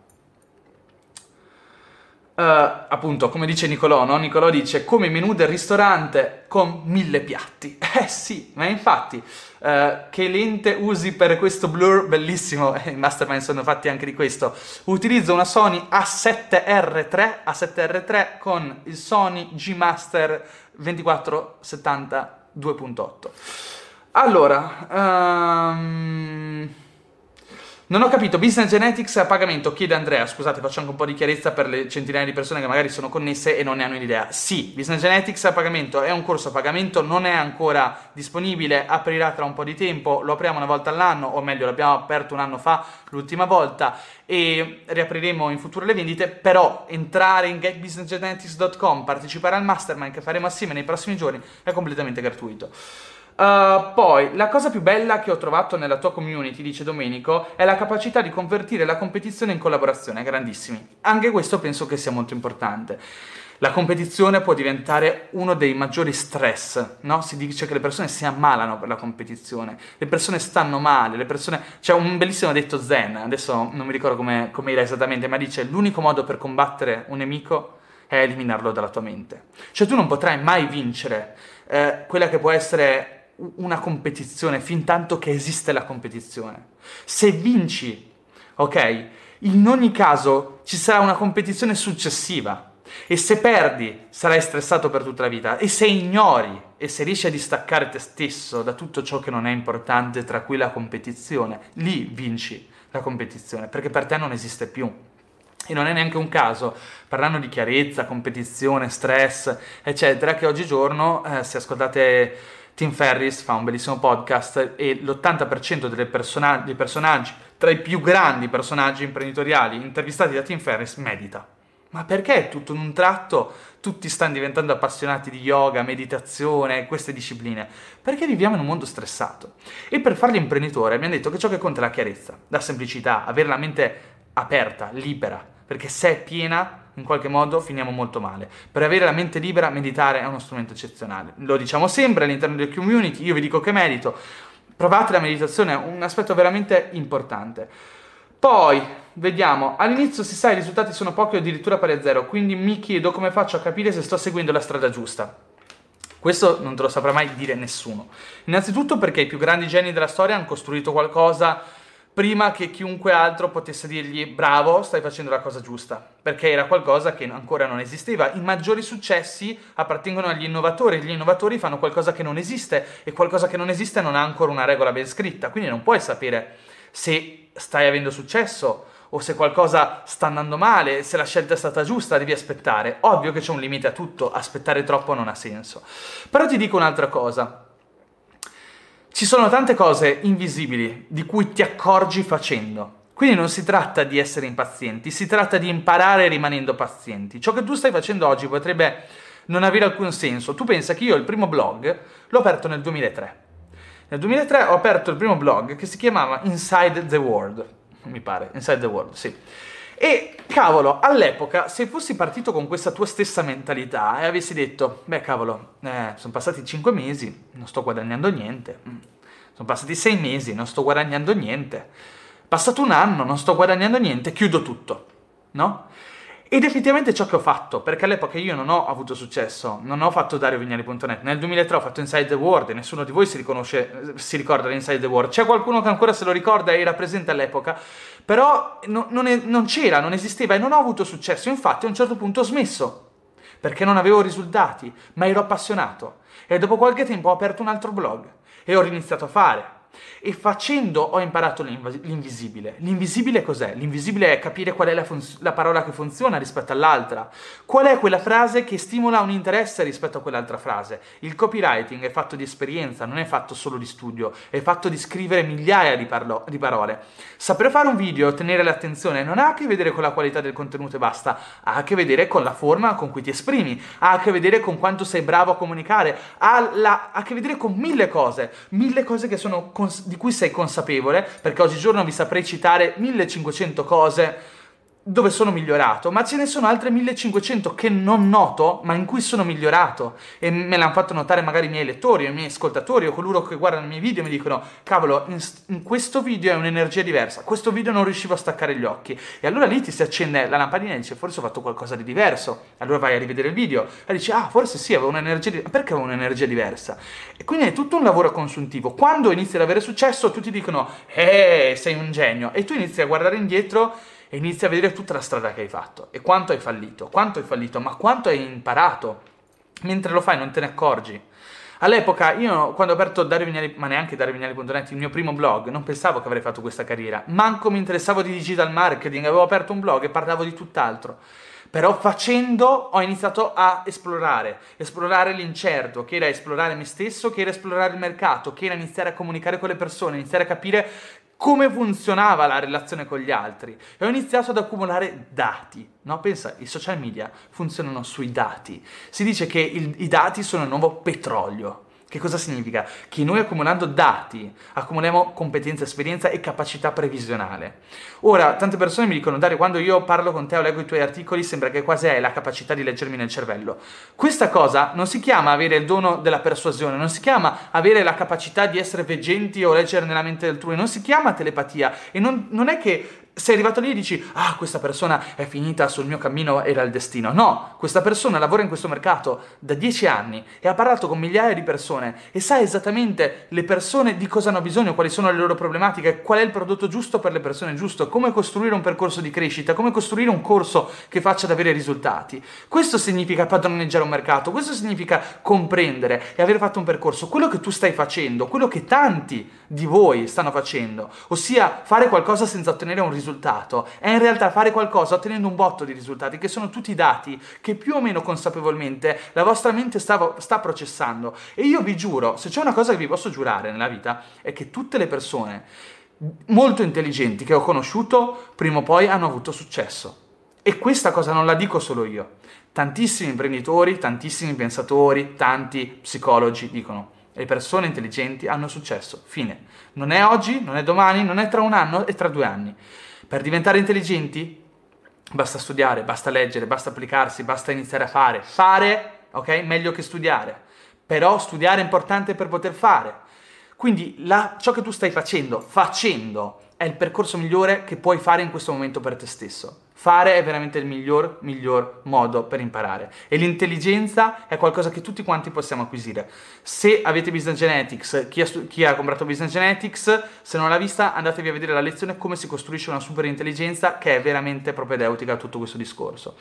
Uh, appunto, come dice Nicolò, no? Nicolò dice come menù del ristorante con mille piatti. Eh sì, ma infatti, uh, che lente usi per questo blur? Bellissimo, i mastermind sono fatti anche di questo. Utilizzo una Sony A sette R tre, A sette R tre con il Sony G Master ventiquattro settanta due punto otto. Allora, um... Non ho capito, Business Genetics a pagamento, chiede Andrea, scusate faccio anche un po' di chiarezza per le centinaia di persone che magari sono connesse e non ne hanno idea. Sì, Business Genetics a pagamento è un corso a pagamento, non è ancora disponibile, aprirà tra un po' di tempo, lo apriamo una volta all'anno, o meglio l'abbiamo aperto un anno fa l'ultima volta e riapriremo in futuro le vendite, però entrare in get business genetics dot com, partecipare al mastermind che faremo assieme nei prossimi giorni è completamente gratuito. Uh, poi, la cosa più bella che ho trovato nella tua community, dice Domenico, è la capacità di convertire la competizione in collaborazione, grandissimi. Anche questo penso che sia molto importante. La competizione può diventare uno dei maggiori stress, no? Si dice che le persone si ammalano per la competizione, le persone stanno male, le persone... C'è un bellissimo detto zen, adesso non mi ricordo come, come era esattamente, ma dice l'unico modo per combattere un nemico è eliminarlo dalla tua mente. Cioè tu non potrai mai vincere eh, quella che può essere una competizione fin tanto che esiste la competizione. Se vinci, ok, in ogni caso ci sarà una competizione successiva e se perdi sarai stressato per tutta la vita, e se ignori e se riesci a distaccare te stesso da tutto ciò che non è importante, tra cui la competizione, lì vinci la competizione, perché per te non esiste più. E non è neanche un caso, parlando di chiarezza, competizione, stress, eccetera, che oggigiorno, eh, se ascoltate Tim Ferriss, fa un bellissimo podcast e l'ottanta per cento delle persona- dei personaggi, tra i più grandi personaggi imprenditoriali intervistati da Tim Ferriss, medita. Ma perché tutto in un tratto tutti stanno diventando appassionati di yoga, meditazione, queste discipline? Perché viviamo in un mondo stressato. E per fare l'imprenditore abbiamo detto che ciò che conta è la chiarezza, la semplicità, avere la mente aperta, libera, perché se è piena in qualche modo finiamo molto male. Per avere la mente libera, meditare è uno strumento eccezionale. Lo diciamo sempre all'interno del community, io vi dico che medito, provate la meditazione, è un aspetto veramente importante. Poi, vediamo, all'inizio si sa i risultati sono pochi o addirittura pari a zero, quindi mi chiedo come faccio a capire se sto seguendo la strada giusta. Questo non te lo saprà mai dire nessuno. Innanzitutto perché i più grandi geni della storia hanno costruito qualcosa prima che chiunque altro potesse dirgli bravo, stai facendo la cosa giusta, perché era qualcosa che ancora non esisteva. I maggiori successi appartengono agli innovatori, gli innovatori fanno qualcosa che non esiste e qualcosa che non esiste non ha ancora una regola ben scritta, quindi non puoi sapere se stai avendo successo o se qualcosa sta andando male, se la scelta è stata giusta, devi aspettare. Ovvio che c'è un limite a tutto, aspettare troppo non ha senso. Però ti dico un'altra cosa. Ci sono tante cose invisibili di cui ti accorgi facendo. Quindi non si tratta di essere impazienti, si tratta di imparare rimanendo pazienti. Ciò che tu stai facendo oggi potrebbe non avere alcun senso. Tu pensa che io il primo blog l'ho aperto nel duemilatré. Nel duemilatré ho aperto il primo blog che si chiamava Inside the World, mi pare, Inside the World, sì. E cavolo, all'epoca, se fossi partito con questa tua stessa mentalità e avessi detto, beh cavolo, eh, sono passati cinque mesi, non sto guadagnando niente, sono passati sei mesi, non sto guadagnando niente, passato un anno, non sto guadagnando niente, chiudo tutto, no? Ed effettivamente ciò che ho fatto, perché all'epoca io non ho avuto successo, non ho fatto Dario Vignali punto net, nel duemilatré ho fatto Inside the World e nessuno di voi si riconosce, si ricorda di Inside the World, c'è qualcuno che ancora se lo ricorda e era presente all'epoca, però no, non, è, non c'era, non esisteva e non ho avuto successo, infatti a un certo punto ho smesso, perché non avevo risultati, ma ero appassionato e dopo qualche tempo ho aperto un altro blog e ho riniziato a fare. E facendo ho imparato l'invisibile. L'invisibile cos'è? L'invisibile è capire qual è la, funz- la parola che funziona rispetto all'altra. Qual è quella frase che stimola un interesse rispetto a quell'altra frase. Il copywriting è fatto di esperienza, non è fatto solo di studio, è fatto di scrivere migliaia di, parlo- di parole. Saper fare un video, ottenere l'attenzione, non ha a che vedere con la qualità del contenuto e basta, ha a che vedere con la forma con cui ti esprimi, ha a che vedere con quanto sei bravo a comunicare, ha, la- ha a che vedere con mille cose, mille cose che sono cons- di cui sei consapevole, perché oggigiorno vi saprei citare millecinquecento cose dove sono migliorato, ma ce ne sono altre millecinquecento che non noto, ma in cui sono migliorato, e me l'hanno fatto notare magari i miei lettori, i miei ascoltatori, o coloro che guardano i miei video e mi dicono, cavolo, in, in questo video è un'energia diversa, questo video non riuscivo a staccare gli occhi, e allora lì ti si accende la lampadina e dici, forse ho fatto qualcosa di diverso, allora vai a rivedere il video, e dici, ah, forse sì, avevo un'energia diversa, perché avevo un'energia diversa? E quindi è tutto un lavoro consuntivo. Quando inizi ad avere successo, tutti dicono, eh, sei un genio, e tu inizi a guardare indietro e inizi a vedere tutta la strada che hai fatto e quanto hai fallito, quanto hai fallito, ma quanto hai imparato. Mentre lo fai non te ne accorgi. All'epoca io quando ho aperto Dario Vignali, ma neanche Dario Vignali punto net, il mio primo blog, non pensavo che avrei fatto questa carriera, manco mi interessavo di digital marketing, avevo aperto un blog e parlavo di tutt'altro. Però facendo ho iniziato a esplorare, esplorare l'incerto, che era esplorare me stesso, che era esplorare il mercato, che era iniziare a comunicare con le persone, iniziare a capire come funzionava la relazione con gli altri. E ho iniziato ad accumulare dati, no? Pensa, i social media funzionano sui dati. Si dice che il, i dati sono il nuovo petrolio. Che cosa significa? Che noi accumulando dati, accumuliamo competenza, esperienza e capacità previsionale. Ora, tante persone mi dicono, Dario, quando io parlo con te o leggo i tuoi articoli sembra che quasi hai la capacità di leggermi nel cervello. Questa cosa non si chiama avere il dono della persuasione, non si chiama avere la capacità di essere veggenti o leggere nella mente altrui, non si chiama telepatia e non, non è che sei arrivato lì e dici, ah, questa persona è finita sul mio cammino, era il destino. No, questa persona lavora in questo mercato da dieci anni e ha parlato con migliaia di persone e sa esattamente le persone di cosa hanno bisogno, quali sono le loro problematiche, qual è il prodotto giusto per le persone giuste, come costruire un percorso di crescita, come costruire un corso che faccia ad avere risultati. Questo significa padroneggiare un mercato, questo significa comprendere e aver fatto un percorso. Quello che tu stai facendo, quello che tanti di voi stanno facendo, ossia fare qualcosa senza ottenere un risultato, risultato è in realtà fare qualcosa ottenendo un botto di risultati che sono tutti dati che più o meno consapevolmente la vostra mente sta, sta processando. E io vi giuro, se c'è una cosa che vi posso giurare nella vita è che tutte le persone molto intelligenti che ho conosciuto prima o poi hanno avuto successo. E questa cosa non la dico solo io, tantissimi imprenditori, tantissimi pensatori, tanti psicologi dicono le persone intelligenti hanno successo, fine. Non è oggi, non è domani, non è tra un anno, è tra due anni. Per diventare intelligenti basta studiare, basta leggere, basta applicarsi, basta iniziare a fare. Fare, ok? Meglio che studiare. Però studiare è importante per poter fare. Quindi la, ciò che tu stai facendo, facendo, è il percorso migliore che puoi fare in questo momento per te stesso. Fare è veramente il miglior, miglior modo per imparare. E l'intelligenza è qualcosa che tutti quanti possiamo acquisire. Se avete Business Genetics, chi ha, chi ha comprato Business Genetics, se non l'ha vista, andatevi a vedere la lezione come si costruisce una super intelligenza, che è veramente propedeutica a tutto questo discorso.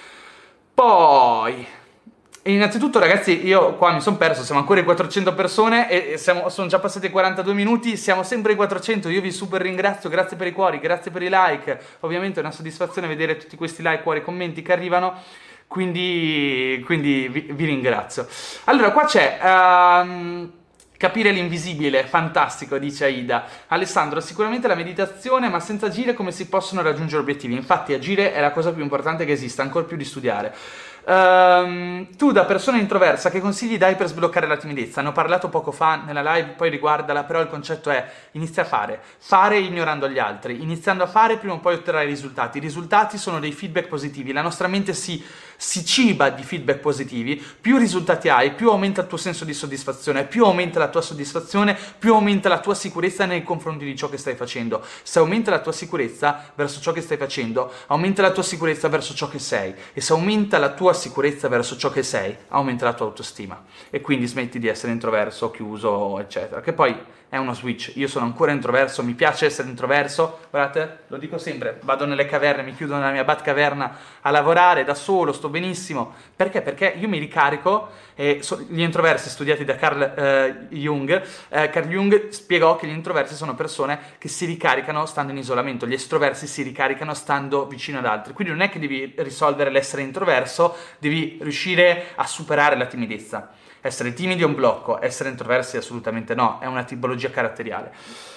Poi... E innanzitutto ragazzi, io qua mi sono perso, siamo ancora in quattrocento persone e siamo, sono già passati quarantadue minuti, siamo sempre in quattrocento, io vi super ringrazio, grazie per i cuori, grazie per i like, ovviamente è una soddisfazione vedere tutti questi like, cuori, commenti che arrivano, quindi, quindi vi, vi ringrazio. Allora qua c'è... Um, capire l'invisibile, fantastico, dice Aida. Alessandro, sicuramente la meditazione, ma senza agire come si possono raggiungere obiettivi? Infatti agire è la cosa più importante che esista, ancora più di studiare. Um, tu da persona introversa che consigli dai per sbloccare la timidezza? Ne ho parlato poco fa nella live, poi riguardala, però il concetto è inizia a fare, fare ignorando gli altri, iniziando a fare prima o poi otterrai risultati. I risultati sono dei feedback positivi, la nostra mente si, si ciba di feedback positivi, più risultati hai, più aumenta il tuo senso di soddisfazione, più aumenta la tua soddisfazione, più aumenta la tua sicurezza nei confronti di ciò che stai facendo. Se aumenta la tua sicurezza verso ciò che stai facendo, aumenta la tua sicurezza verso ciò che sei, e se aumenta la tua sicurezza verso ciò che sei, aumenta la tua autostima e quindi smetti di essere introverso, chiuso, eccetera, che poi è uno switch. Io sono ancora introverso, mi piace essere introverso, guardate, lo dico sempre, vado nelle caverne, mi chiudo nella mia Batcaverna a lavorare da solo, sto benissimo. Perché? Perché io mi ricarico, e so, gli introversi studiati da Carl eh, Jung, eh, Carl Jung spiegò che gli introversi sono persone che si ricaricano stando in isolamento, gli estroversi si ricaricano stando vicino ad altri, quindi non è che devi risolvere l'essere introverso, devi riuscire a superare la timidezza. Essere timidi è un blocco, essere introversi assolutamente no, è una tipologia caratteriale.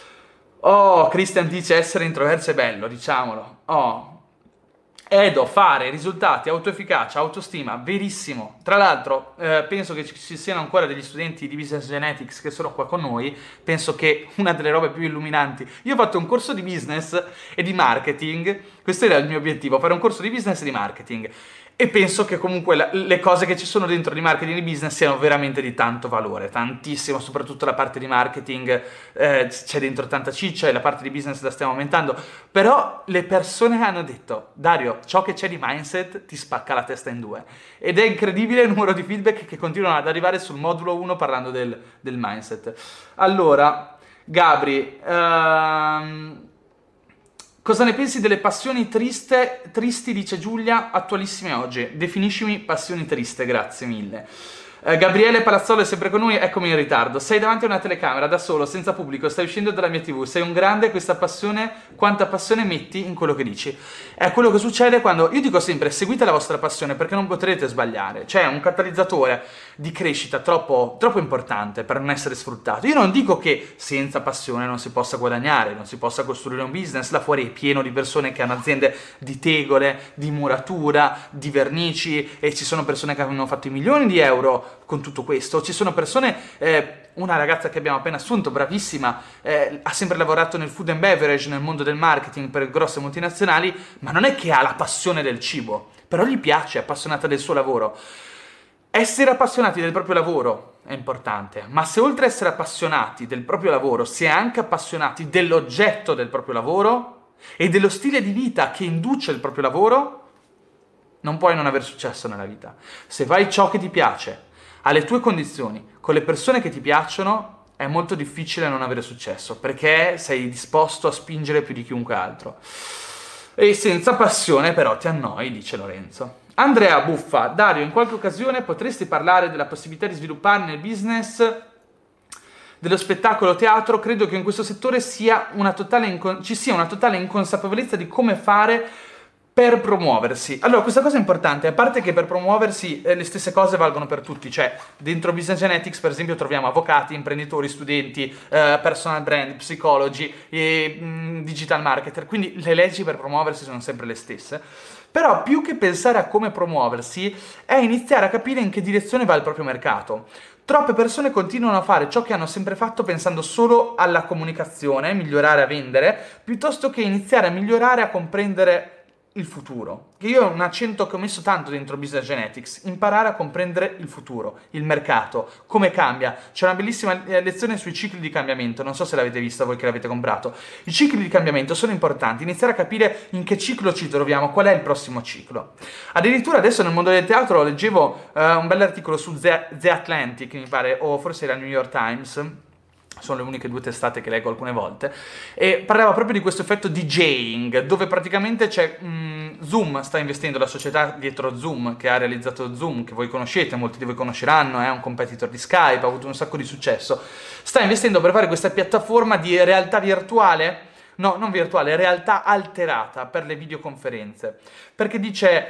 Oh, Christian dice essere introversi è bello, diciamolo. Oh, Edo, fare, risultati, autoefficacia, autostima, verissimo. Tra l'altro, eh, penso che ci siano ancora degli studenti di Business Genetics che sono qua con noi, penso che una delle robe più illuminanti... Io ho fatto un corso di business e di marketing, questo era il mio obiettivo, fare un corso di business e di marketing. E penso che comunque la, le cose che ci sono dentro di marketing e di business siano veramente di tanto valore, tantissimo, soprattutto la parte di marketing, eh, c'è dentro tanta ciccia e la parte di business la stiamo aumentando, però le persone hanno detto, Dario, ciò che c'è di mindset ti spacca la testa in due, ed è incredibile il numero di feedback che continuano ad arrivare sul modulo uno parlando del, del mindset. Allora, Gabri... Um, cosa ne pensi delle passioni triste, tristi, dice Giulia, attualissime oggi? Definiscimi passioni triste, grazie mille. Eh, Gabriele Palazzolo è sempre con noi, eccomi in ritardo. Sei davanti a una telecamera, da solo, senza pubblico, stai uscendo dalla mia tivù, sei un grande, questa passione, quanta passione metti in quello che dici. È quello che succede quando, io dico sempre, seguite la vostra passione perché non potrete sbagliare. C'è un catalizzatore di crescita troppo, troppo importante per non essere sfruttato. Io non dico che senza passione non si possa guadagnare, non si possa costruire un business, là fuori è pieno di persone che hanno aziende di tegole, di muratura, di vernici, e ci sono persone che hanno fatto i milioni di euro con tutto questo. Ci sono persone, eh, una ragazza che abbiamo appena assunto, bravissima, eh, ha sempre lavorato nel food and beverage, nel mondo del marketing per grosse multinazionali, ma non è che ha la passione del cibo, però gli piace, è appassionata del suo lavoro. Essere appassionati del proprio lavoro è importante, ma se oltre a essere appassionati del proprio lavoro si è anche appassionati dell'oggetto del proprio lavoro e dello stile di vita che induce il proprio lavoro, non puoi non aver successo nella vita. Se fai ciò che ti piace, alle tue condizioni, con le persone che ti piacciono, è molto difficile non avere successo, perché sei disposto a spingere più di chiunque altro. E senza passione però ti annoi, dice Lorenzo. Andrea Buffa, Dario, in qualche occasione potresti parlare della possibilità di sviluppare nel business dello spettacolo teatro? Credo che in questo settore sia una totale inco- ci sia una totale inconsapevolezza di come fare per promuoversi. Allora, questa cosa è importante, a parte che per promuoversi eh, le stesse cose valgono per tutti, cioè dentro Business Genetics per esempio troviamo avvocati, imprenditori, studenti, eh, personal brand, psicologi, e, mh, digital marketer, quindi le leggi per promuoversi sono sempre le stesse. Però più che pensare a come promuoversi è iniziare a capire in che direzione va il proprio mercato. Troppe persone continuano a fare ciò che hanno sempre fatto pensando solo alla comunicazione, migliorare a vendere, piuttosto che iniziare a migliorare a comprendere il futuro. Che io è un accento che ho messo tanto dentro Business Genetics, imparare a comprendere il futuro, il mercato, come cambia. C'è una bellissima lezione sui cicli di cambiamento, non so se l'avete vista voi che l'avete comprato. I cicli di cambiamento sono importanti, iniziare a capire in che ciclo ci troviamo, qual è il prossimo ciclo. Addirittura adesso nel mondo del teatro leggevo uh, un bell'articolo su The, The Atlantic, mi pare, o forse era New York Times, sono le uniche due testate che leggo alcune volte, e parlava proprio di questo effetto DJing, dove praticamente c'è mh, Zoom sta investendo, la società dietro Zoom, che ha realizzato Zoom, che voi conoscete, molti di voi conosceranno, è un competitor di Skype, ha avuto un sacco di successo, sta investendo per fare questa piattaforma di realtà virtuale, no, non virtuale, realtà alterata per le videoconferenze, perché dice,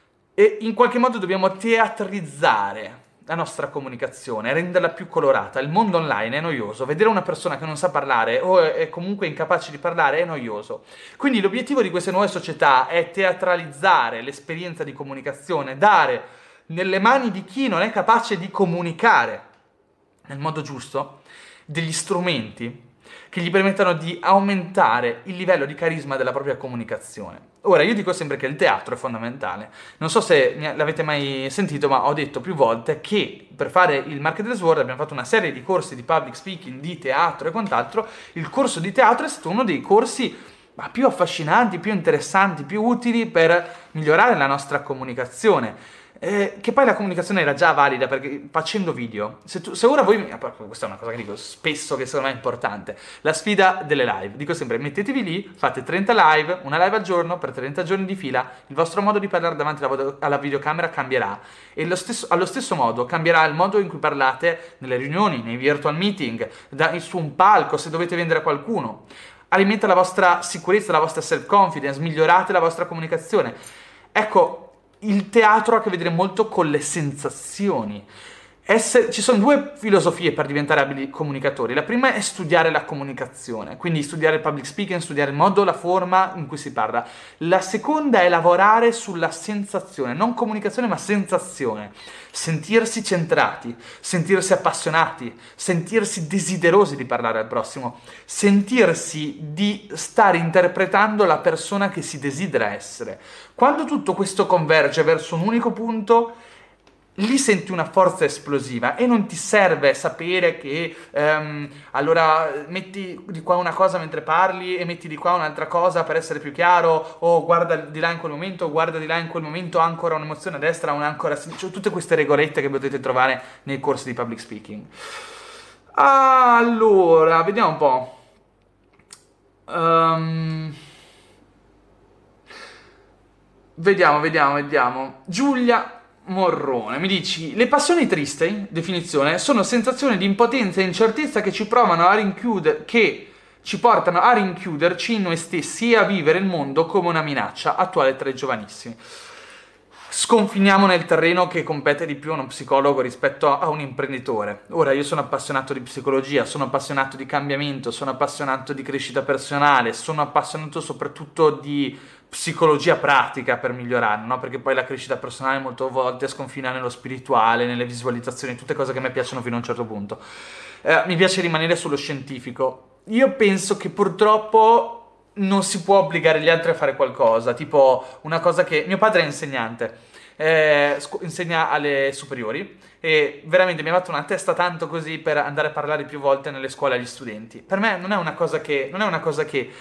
e in qualche modo dobbiamo teatrizzare la nostra comunicazione, renderla più colorata. Il mondo online è noioso, vedere una persona che non sa parlare o è comunque incapace di parlare è noioso. Quindi l'obiettivo di queste nuove società è teatralizzare l'esperienza di comunicazione, dare nelle mani di chi non è capace di comunicare nel modo giusto degli strumenti che gli permettano di aumentare il livello di carisma della propria comunicazione. Ora, io dico sempre che il teatro è fondamentale. Non so se l'avete mai sentito, ma ho detto più volte che per fare il Marketers World abbiamo fatto una serie di corsi di public speaking, di teatro e quant'altro. Il corso di teatro è stato uno dei corsi ma più affascinanti, più interessanti, più utili per migliorare la nostra comunicazione. Eh, che poi la comunicazione era già valida perché facendo video, se, tu, se ora voi, questa è una cosa che dico spesso che secondo me è importante, la sfida delle live, dico sempre mettetevi lì, fate trenta live, una live al giorno per trenta giorni di fila, il vostro modo di parlare davanti alla, alla videocamera cambierà e lo stesso, allo stesso modo cambierà il modo in cui parlate nelle riunioni, nei virtual meeting, da, su un palco, se dovete vendere a qualcuno. Alimenta la vostra sicurezza, la vostra self-confidence, migliorate la vostra comunicazione. Ecco, il teatro ha a che vedere molto con le sensazioni. Essere, ci sono due filosofie per diventare abili comunicatori. La prima è studiare la comunicazione, quindi studiare il public speaking, studiare il modo, la forma in cui si parla. La seconda è lavorare sulla sensazione, non comunicazione ma sensazione. Sentirsi centrati, sentirsi appassionati, sentirsi desiderosi di parlare al prossimo, sentirsi di stare interpretando la persona che si desidera essere. Quando tutto questo converge verso un unico punto, lì senti una forza esplosiva e non ti serve sapere che um, allora metti di qua una cosa mentre parli e metti di qua un'altra cosa per essere più chiaro, o guarda di là in quel momento, o guarda di là in quel momento, ancora un'emozione a destra, un'ancora a sinistra, cioè, tutte queste regolette che potete trovare nei corsi di public speaking. Allora, vediamo un po'. Um, vediamo, vediamo, vediamo. Giulia Morrone, mi dici, le passioni tristi, definizione, sono sensazioni di impotenza e incertezza che ci provano a rinchiudere, che ci portano a rinchiuderci in noi stessi e a vivere il mondo come una minaccia attuale tra i giovanissimi. Sconfiniamo nel terreno che compete di più a uno psicologo rispetto a un imprenditore. Ora, io sono appassionato di psicologia, sono appassionato di cambiamento, sono appassionato di crescita personale, sono appassionato soprattutto di psicologia pratica per migliorare, no? Perché poi la crescita personale molte volte sconfina nello spirituale, nelle visualizzazioni, tutte cose che a me piacciono fino a un certo punto. Eh, mi piace rimanere sullo scientifico. Io penso che purtroppo non si può obbligare gli altri a fare qualcosa, tipo una cosa che... Mio padre è insegnante, eh, scu- insegna alle superiori e veramente mi ha fatto una testa tanto così per andare a parlare più volte nelle scuole agli studenti. Per me non è una cosa che, non è una cosa che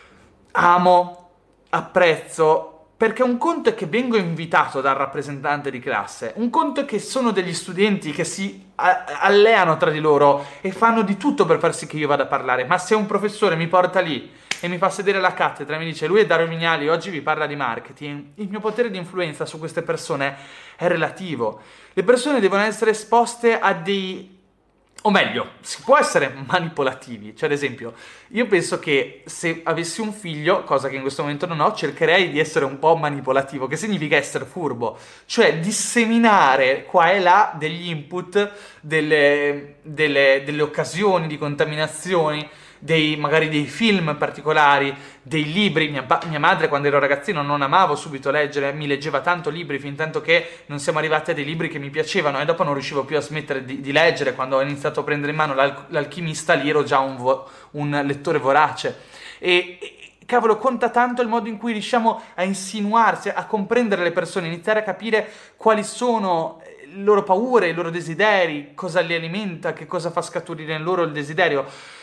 amo, apprezzo, perché un conto è che vengo invitato dal rappresentante di classe, un conto è che sono degli studenti che si a- alleano tra di loro e fanno di tutto per far sì che io vada a parlare, ma se un professore mi porta lì e mi fa sedere alla cattedra e mi dice lui è Dario Vignali, oggi vi parla di marketing, il mio potere di influenza su queste persone è relativo. Le persone devono essere esposte a dei... o meglio, si può essere manipolativi. Cioè, ad esempio, io penso che se avessi un figlio, cosa che in questo momento non ho, cercherei di essere un po' manipolativo, che significa essere furbo, cioè disseminare qua e là degli input, delle, delle, delle occasioni di contaminazioni, dei, magari dei film particolari, dei libri. Mia, ba- mia madre quando ero ragazzino non amavo subito leggere, mi leggeva tanto libri fin tanto che non siamo arrivati a dei libri che mi piacevano e dopo non riuscivo più a smettere di, di leggere. Quando ho iniziato a prendere in mano l'al- l'alchimista lì ero già un, vo- un lettore vorace e, e cavolo, conta tanto il modo in cui riusciamo a insinuarsi, a comprendere le persone, iniziare a capire quali sono le loro paure, i loro desideri, cosa li alimenta, che cosa fa scaturire in loro il desiderio.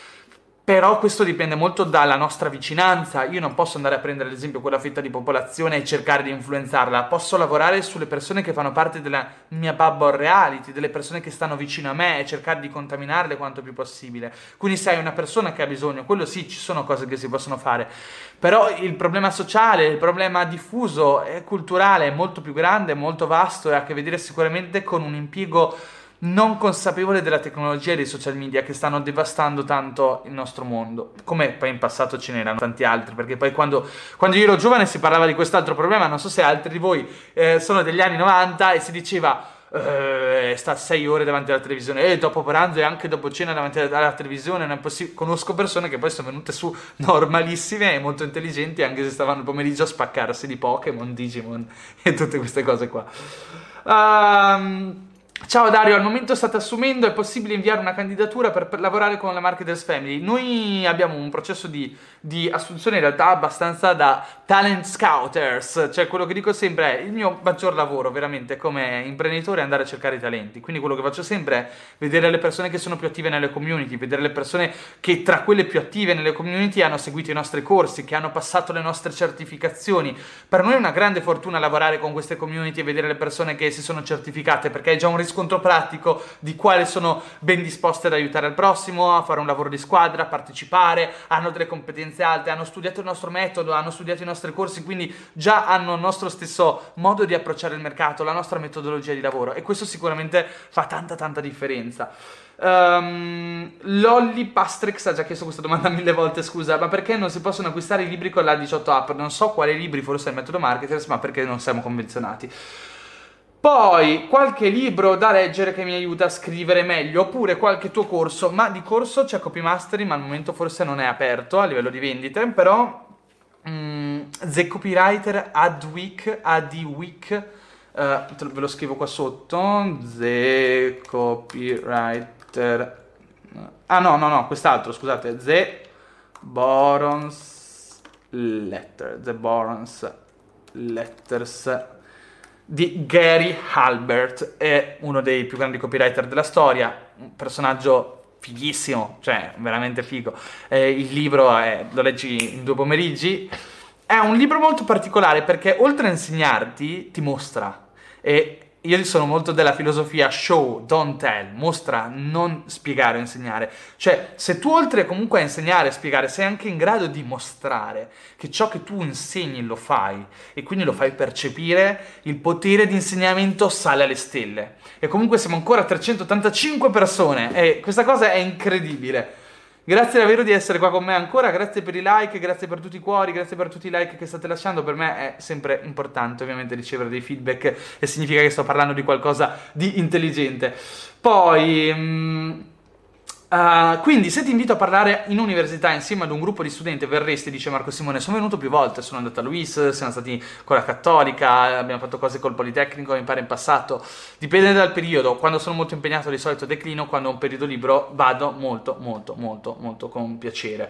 Però questo dipende molto dalla nostra vicinanza. Io non posso andare a prendere ad esempio quella fetta di popolazione e cercare di influenzarla. Posso lavorare sulle persone che fanno parte della mia bubble reality, delle persone che stanno vicino a me e cercare di contaminarle quanto più possibile. Quindi se hai una persona che ha bisogno, quello sì, ci sono cose che si possono fare. Però il problema sociale, il problema diffuso e culturale è molto più grande, molto vasto e ha a che vedere sicuramente con un impiego non consapevole della tecnologia e dei social media che stanno devastando tanto il nostro mondo, come poi in passato ce n'erano tanti altri, perché poi quando, quando io ero giovane si parlava di quest'altro problema, non so se altri di voi eh, sono degli anni novanta e si diceva eh, sta sei ore davanti alla televisione e dopo pranzo e anche dopo cena davanti alla televisione, non è possi- conosco persone che poi sono venute su normalissime e molto intelligenti anche se stavano il pomeriggio a spaccarsi di Pokémon, Digimon e tutte queste cose qua. um, Ciao Dario, al momento state assumendo, è possibile inviare una candidatura per, per lavorare con la Marketers Family? Noi abbiamo un processo di, di assunzione in realtà abbastanza da talent scouters, cioè quello che dico sempre è il mio maggior lavoro veramente come imprenditore è andare a cercare i talenti, quindi quello che faccio sempre è vedere le persone che sono più attive nelle community, vedere le persone che tra quelle più attive nelle community hanno seguito i nostri corsi, che hanno passato le nostre certificazioni. Per noi è una grande fortuna lavorare con queste community e vedere le persone che si sono certificate perché è già un riscontro pratico di quali sono ben disposte ad aiutare il prossimo, a fare un lavoro di squadra, a partecipare, hanno delle competenze alte, hanno studiato il nostro metodo, hanno studiato i nostri corsi, quindi già hanno il nostro stesso modo di approcciare il mercato, la nostra metodologia di lavoro e questo sicuramente fa tanta tanta differenza. Um, Lolly Pastrex ha già chiesto questa domanda mille volte, scusa, ma perché non si possono acquistare i libri con la diciotto app? Non so quali libri, forse il metodo Marketers, ma perché non siamo convenzionati. Poi qualche libro da leggere che mi aiuta a scrivere meglio, oppure qualche tuo corso, ma di corso c'è Copy Mastery, ma al momento forse non è aperto a livello di vendite, però mm, The Copywriter Adweek, Adweek, uh, ve lo scrivo qua sotto, The Copywriter, ah no no no, quest'altro, scusate, The Boron's Letter, The Boron's Letters, di Gary Halbert, è uno dei più grandi copywriter della storia, un personaggio fighissimo, cioè veramente figo. Eh, il libro è, lo leggi in due pomeriggi, è un libro molto particolare perché oltre a insegnarti ti mostra e io sono molto della filosofia show, don't tell, mostra, non spiegare o insegnare. Cioè, se tu oltre comunque a insegnare e spiegare, sei anche in grado di mostrare che ciò che tu insegni lo fai e quindi lo fai percepire, il potere di insegnamento sale alle stelle. E comunque siamo ancora trecentottantacinque persone e questa cosa è incredibile. Grazie davvero di essere qua con me ancora, grazie per i like, grazie per tutti i cuori, grazie per tutti i like che state lasciando, per me è sempre importante ovviamente ricevere dei feedback e significa che sto parlando di qualcosa di intelligente. Poi, um, uh, quindi se ti invito a parlare in università insieme ad un gruppo di studenti verresti, dice Marco Simone. Sono venuto più volte, sono andato a Luis, siamo stati con la Cattolica, abbiamo fatto cose col Politecnico, mi pare in passato, dipende dal periodo. Quando sono molto impegnato di solito declino, quando ho un periodo libero vado molto molto molto molto con piacere.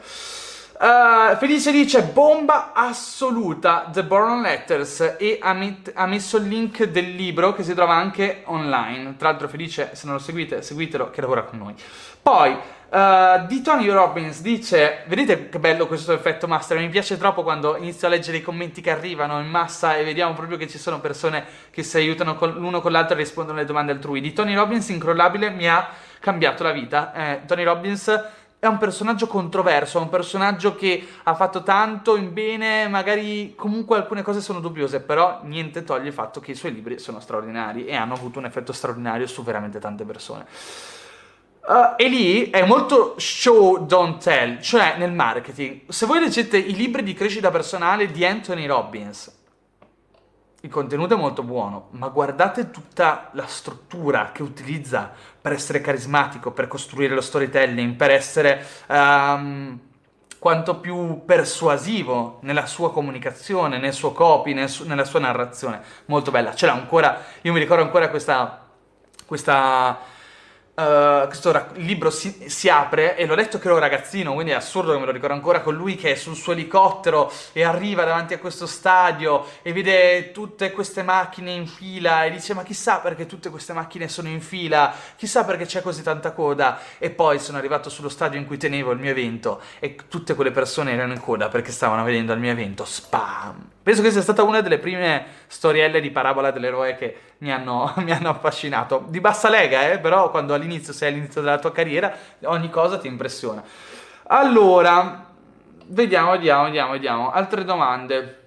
Uh, Felice dice bomba assoluta The Boron Letters e ha, met- ha messo il link del libro che si trova anche online. Tra l'altro Felice, se non lo seguite, seguitelo che lavora con noi. Poi uh, di Tony Robbins dice, vedete che bello questo effetto master, mi piace troppo quando inizio a leggere i commenti che arrivano in massa e vediamo proprio che ci sono persone che si aiutano con l'uno con l'altro e rispondono alle domande altrui. Di Tony Robbins, incrollabile, mi ha cambiato la vita. eh, Tony Robbins è un personaggio controverso, è un personaggio che ha fatto tanto in bene, magari comunque alcune cose sono dubbiose, però niente toglie il fatto che i suoi libri sono straordinari e hanno avuto un effetto straordinario su veramente tante persone. Uh, e lì è molto show don't tell, cioè nel marketing. Se voi leggete i libri di crescita personale di Anthony Robbins, il contenuto è molto buono, ma guardate tutta la struttura che utilizza per essere carismatico, per costruire lo storytelling, per essere um, quanto più persuasivo nella sua comunicazione, nel suo copy, nel su- nella sua narrazione. Molto bella. Ce l'ha ancora, io mi ricordo ancora questa... questa Uh, questo ra- libro si, si apre e l'ho letto che ero ragazzino, quindi è assurdo che me lo ricordo ancora, con lui che è sul suo elicottero e arriva davanti a questo stadio e vede tutte queste macchine in fila e dice ma chissà perché tutte queste macchine sono in fila, chissà perché c'è così tanta coda. E poi sono arrivato sullo stadio in cui tenevo il mio evento e tutte quelle persone erano in coda perché stavano vedendo il mio evento. Spam! Penso che sia stata una delle prime storielle di parabola dell'eroe che mi hanno, mi hanno affascinato. Di bassa lega, eh, però quando all'inizio sei all'inizio della tua carriera, ogni cosa ti impressiona. Allora, vediamo, vediamo, vediamo, vediamo. Altre domande.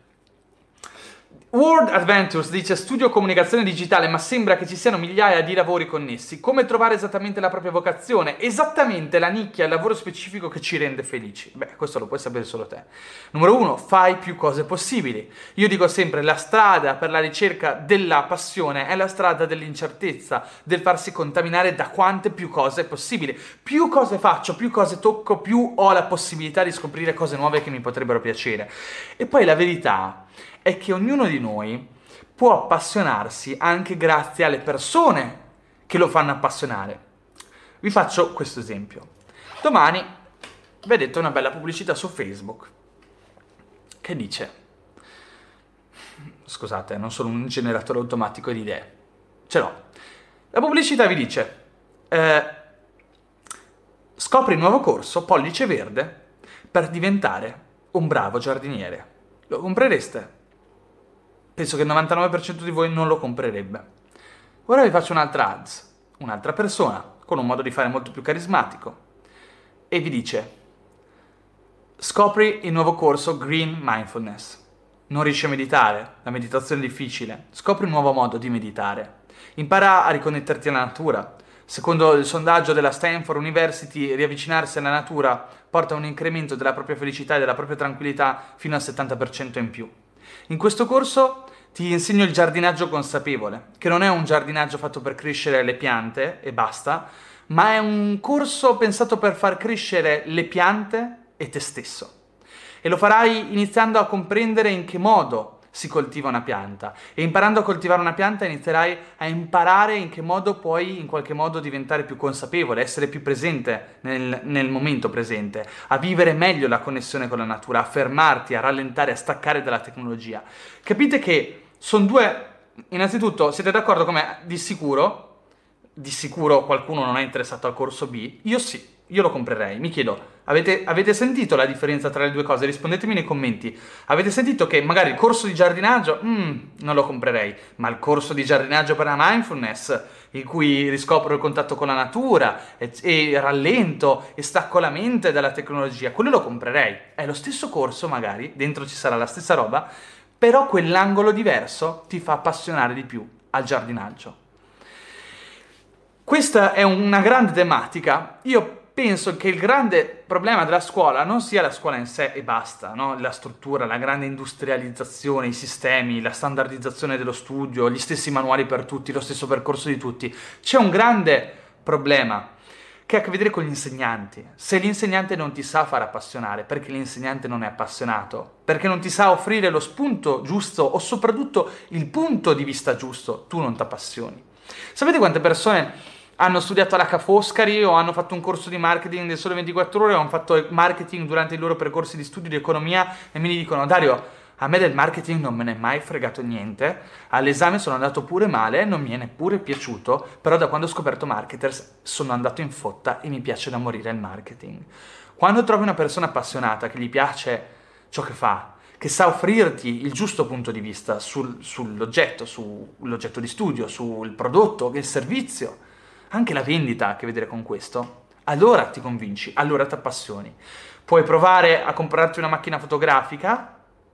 World Adventures dice studio comunicazione digitale ma sembra che ci siano migliaia di lavori connessi. Come trovare esattamente la propria vocazione? Esattamente la nicchia, il lavoro specifico che ci rende felici. Beh, questo lo puoi sapere solo te. Numero uno, fai più cose possibili. Io dico sempre la strada per la ricerca della passione è la strada dell'incertezza, del farsi contaminare da quante più cose possibili. Più cose faccio, più cose tocco, più ho la possibilità di scoprire cose nuove che mi potrebbero piacere. E poi la verità è che ognuno di noi può appassionarsi anche grazie alle persone che lo fanno appassionare. Vi faccio questo esempio. Domani vedete una bella pubblicità su Facebook che dice, scusate, non sono un generatore automatico di idee, ce l'ho. La pubblicità vi dice, eh, scopri il nuovo corso Pollice Verde per diventare un bravo giardiniere. Lo comprereste? Penso che il novantanove per cento di voi non lo comprerebbe. Ora vi faccio un'altra ads, un'altra persona, con un modo di fare molto più carismatico, e vi dice, scopri il nuovo corso Green Mindfulness. Non riesci a meditare, la meditazione è difficile, scopri un nuovo modo di meditare. Impara a riconnetterti alla natura. Secondo il sondaggio della Stanford University, riavvicinarsi alla natura porta a un incremento della propria felicità e della propria tranquillità fino al settanta per cento in più. In questo corso ti insegno il giardinaggio consapevole, che non è un giardinaggio fatto per crescere le piante e basta, ma è un corso pensato per far crescere le piante e te stesso. E lo farai iniziando a comprendere in che modo si coltiva una pianta. E imparando a coltivare una pianta inizierai a imparare in che modo puoi in qualche modo diventare più consapevole, essere più presente nel, nel momento presente, a vivere meglio la connessione con la natura, a fermarti, a rallentare, a staccare dalla tecnologia. Capite che sono due... Innanzitutto, siete d'accordo con me? Di sicuro, di sicuro qualcuno non è interessato al corso B? Io sì, io lo comprerei. Mi chiedo, Avete, avete sentito la differenza tra le due cose? Rispondetemi nei commenti. Avete sentito che magari il corso di giardinaggio, mm, non lo comprerei, ma il corso di giardinaggio per la mindfulness, in cui riscopro il contatto con la natura e, e rallento e stacco la mente dalla tecnologia, quello lo comprerei. È lo stesso corso magari, dentro ci sarà la stessa roba, però quell'angolo diverso ti fa appassionare di più al giardinaggio. Questa è una grande tematica. Io penso che il grande problema della scuola non sia la scuola in sé e basta, no? La struttura, la grande industrializzazione, i sistemi, la standardizzazione dello studio, gli stessi manuali per tutti, lo stesso percorso di tutti. C'è un grande problema che ha a che vedere con gli insegnanti. Se l'insegnante non ti sa far appassionare, perché l'insegnante non è appassionato, perché non ti sa offrire lo spunto giusto o soprattutto il punto di vista giusto, tu non ti appassioni. Sapete quante persone hanno studiato alla Ca' Foscari o hanno fatto un corso di marketing del Sole ventiquattro Ore o hanno fatto marketing durante i loro percorsi di studio di economia e mi dicono: Dario, a me del marketing non me ne è mai fregato niente, all'esame sono andato pure male, non mi è neppure piaciuto, però da quando ho scoperto Marketers sono andato in fotta e mi piace da morire il marketing. Quando trovi una persona appassionata che gli piace ciò che fa, che sa offrirti il giusto punto di vista sul, sull'oggetto, sull'oggetto di studio, sul prodotto, il servizio, anche la vendita ha a che vedere con questo, allora ti convinci, allora ti appassioni. Puoi provare a comprarti una macchina fotografica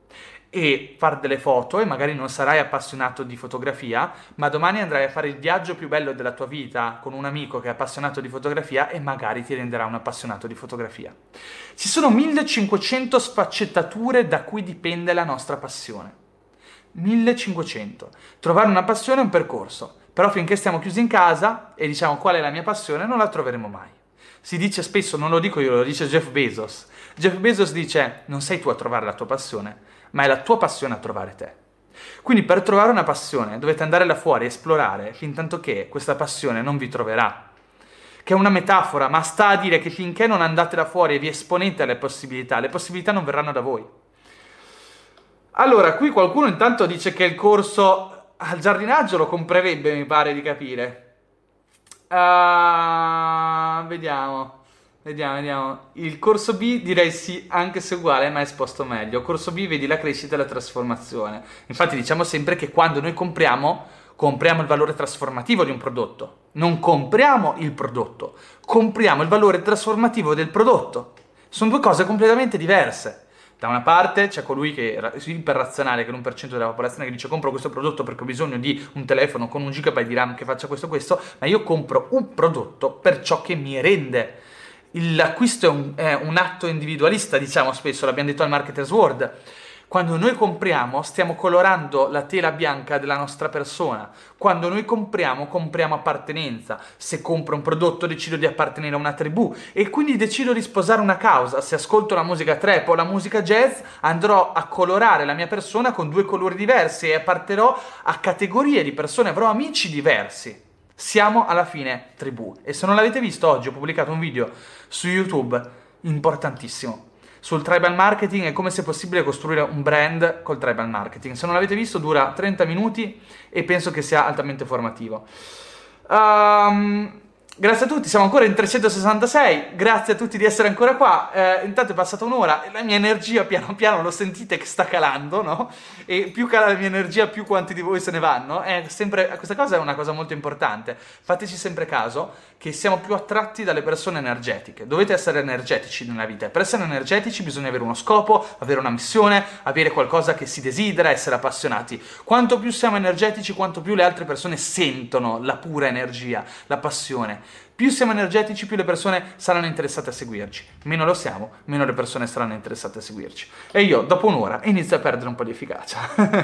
e fare delle foto e magari non sarai appassionato di fotografia, ma domani andrai a fare il viaggio più bello della tua vita con un amico che è appassionato di fotografia e magari ti renderà un appassionato di fotografia. Ci sono millecinquecento sfaccettature da cui dipende la nostra passione. millecinquecento. Trovare una passione è un percorso. Però finché stiamo chiusi in casa e diciamo qual è la mia passione, non la troveremo mai. Si dice spesso, non lo dico io, lo dice Jeff Bezos. Jeff Bezos dice: non sei tu a trovare la tua passione, ma è la tua passione a trovare te. Quindi per trovare una passione dovete andare là fuori, esplorare, fin tanto che questa passione non vi troverà. Che è una metafora, ma sta a dire che finché non andate là fuori e vi esponete alle possibilità, le possibilità non verranno da voi. Allora, qui qualcuno intanto dice che il corso al giardinaggio lo comprerebbe, mi pare di capire. Uh, vediamo, vediamo, vediamo. Il corso B direi sì, anche se uguale, ma è esposto meglio. Corso B vedi la crescita e la trasformazione. Infatti diciamo sempre che quando noi compriamo, compriamo il valore trasformativo di un prodotto. Non compriamo il prodotto, compriamo il valore trasformativo del prodotto. Sono due cose completamente diverse. Da una parte c'è colui che è iperrazionale, che è l'uno per cento della popolazione, che dice: compro questo prodotto perché ho bisogno di un telefono con un gigabyte di RAM che faccia questo questo, ma io compro un prodotto per ciò che mi rende. L'acquisto è un, è un atto individualista, diciamo spesso, l'abbiamo detto al Marketers World. Quando noi compriamo, stiamo colorando la tela bianca della nostra persona. Quando noi compriamo, compriamo appartenenza. Se compro un prodotto, decido di appartenere a una tribù e quindi decido di sposare una causa. Se ascolto la musica trap o la musica jazz, andrò a colorare la mia persona con due colori diversi e apparterò a categorie di persone, avrò amici diversi. Siamo alla fine tribù. E se non l'avete visto, oggi ho pubblicato un video su YouTube importantissimo sul tribal marketing e come sia possibile costruire un brand col tribal marketing. Se non l'avete visto, dura trenta minuti e penso che sia altamente formativo. Um, grazie a tutti, siamo ancora in trecentosessantasei, grazie a tutti di essere ancora qua. Eh, intanto è passata un'ora e la mia energia piano piano lo sentite che sta calando, no? E più cala la mia energia, più quanti di voi se ne vanno. È sempre, questa cosa è una cosa molto importante. Fateci sempre caso che siamo più attratti dalle persone energetiche. Dovete essere energetici nella vita. Per essere energetici bisogna avere uno scopo, avere una missione, avere qualcosa che si desidera, essere appassionati. Quanto più siamo energetici, quanto più le altre persone sentono la pura energia, la passione. Più siamo energetici, più le persone saranno interessate a seguirci. Meno lo siamo, meno le persone saranno interessate a seguirci. E io, dopo un'ora, inizio a perdere un po' di efficacia.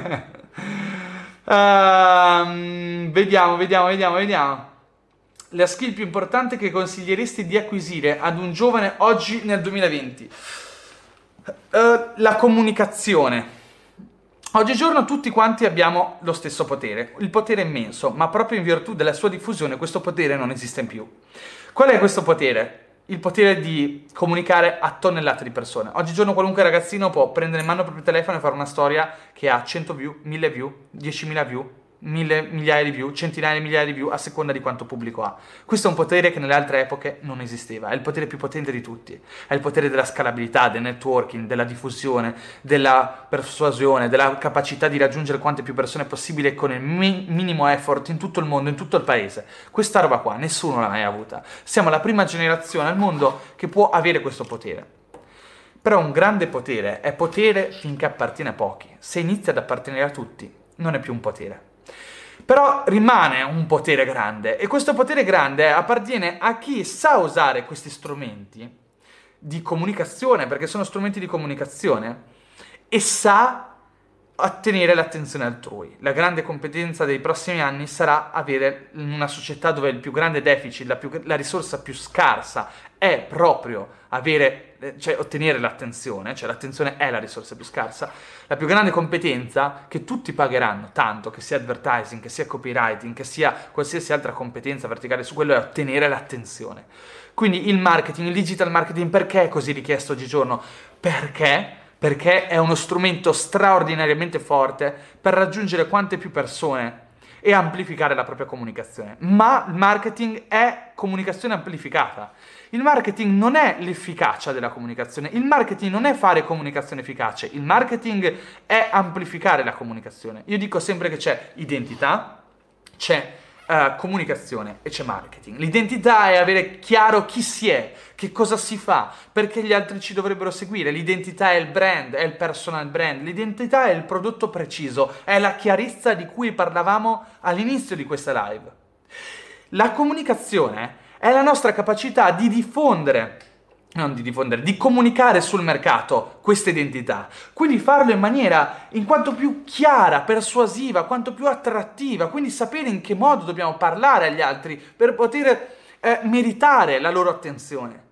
uh, vediamo, vediamo, vediamo, vediamo. La skill più importante che consiglieresti di acquisire ad un giovane oggi nel duemilaventi? Uh, la comunicazione. Oggigiorno tutti quanti abbiamo lo stesso potere, il potere immenso, ma proprio in virtù della sua diffusione questo potere non esiste in più. Qual è questo potere? Il potere di comunicare a tonnellate di persone. Oggigiorno qualunque ragazzino può prendere in mano il proprio telefono e fare una storia che ha cento view, mille view, diecimila view, mille, migliaia di view, centinaia di migliaia di view a seconda di quanto pubblico ha. Questo è un potere che nelle altre epoche non esisteva, è il potere più potente di tutti, è il potere della scalabilità, del networking, della diffusione, della persuasione, della capacità di raggiungere quante più persone possibile con il mi- minimo effort in tutto il mondo, in tutto il paese. Questa roba qua nessuno l'ha mai avuta. Siamo la prima generazione al mondo che può avere questo potere. Però un grande potere è potere finché appartiene a pochi. Se inizia ad appartenere a tutti, non è più un potere. Però rimane un potere grande, e questo potere grande appartiene a chi sa usare questi strumenti di comunicazione, perché sono strumenti di comunicazione, e sa ottenere l'attenzione altrui. La grande competenza dei prossimi anni sarà avere, in una società dove il più grande deficit, la, più, la risorsa più scarsa è proprio avere, cioè ottenere l'attenzione, cioè l'attenzione è la risorsa più scarsa, la più grande competenza che tutti pagheranno tanto, che sia advertising, che sia copywriting, che sia qualsiasi altra competenza verticale su quello, è ottenere l'attenzione. Quindi il marketing, il digital marketing, perché è così richiesto oggigiorno? Perché? Perché è uno strumento straordinariamente forte per raggiungere quante più persone e amplificare la propria comunicazione. Ma il marketing è comunicazione amplificata. Il marketing non è l'efficacia della comunicazione, il marketing non è fare comunicazione efficace, il marketing è amplificare la comunicazione. Io dico sempre che c'è identità, c'è Uh, comunicazione e c'è marketing. L'identità è avere chiaro chi si è, che cosa si fa, perché gli altri ci dovrebbero seguire. L'identità è il brand, è il personal brand. L'identità è il prodotto preciso, è la chiarezza di cui parlavamo all'inizio di questa live. La comunicazione è la nostra capacità di diffondere non di diffondere, di comunicare sul mercato questa identità, quindi farlo in maniera in quanto più chiara, persuasiva, quanto più attrattiva, quindi sapere in che modo dobbiamo parlare agli altri per poter eh, meritare la loro attenzione.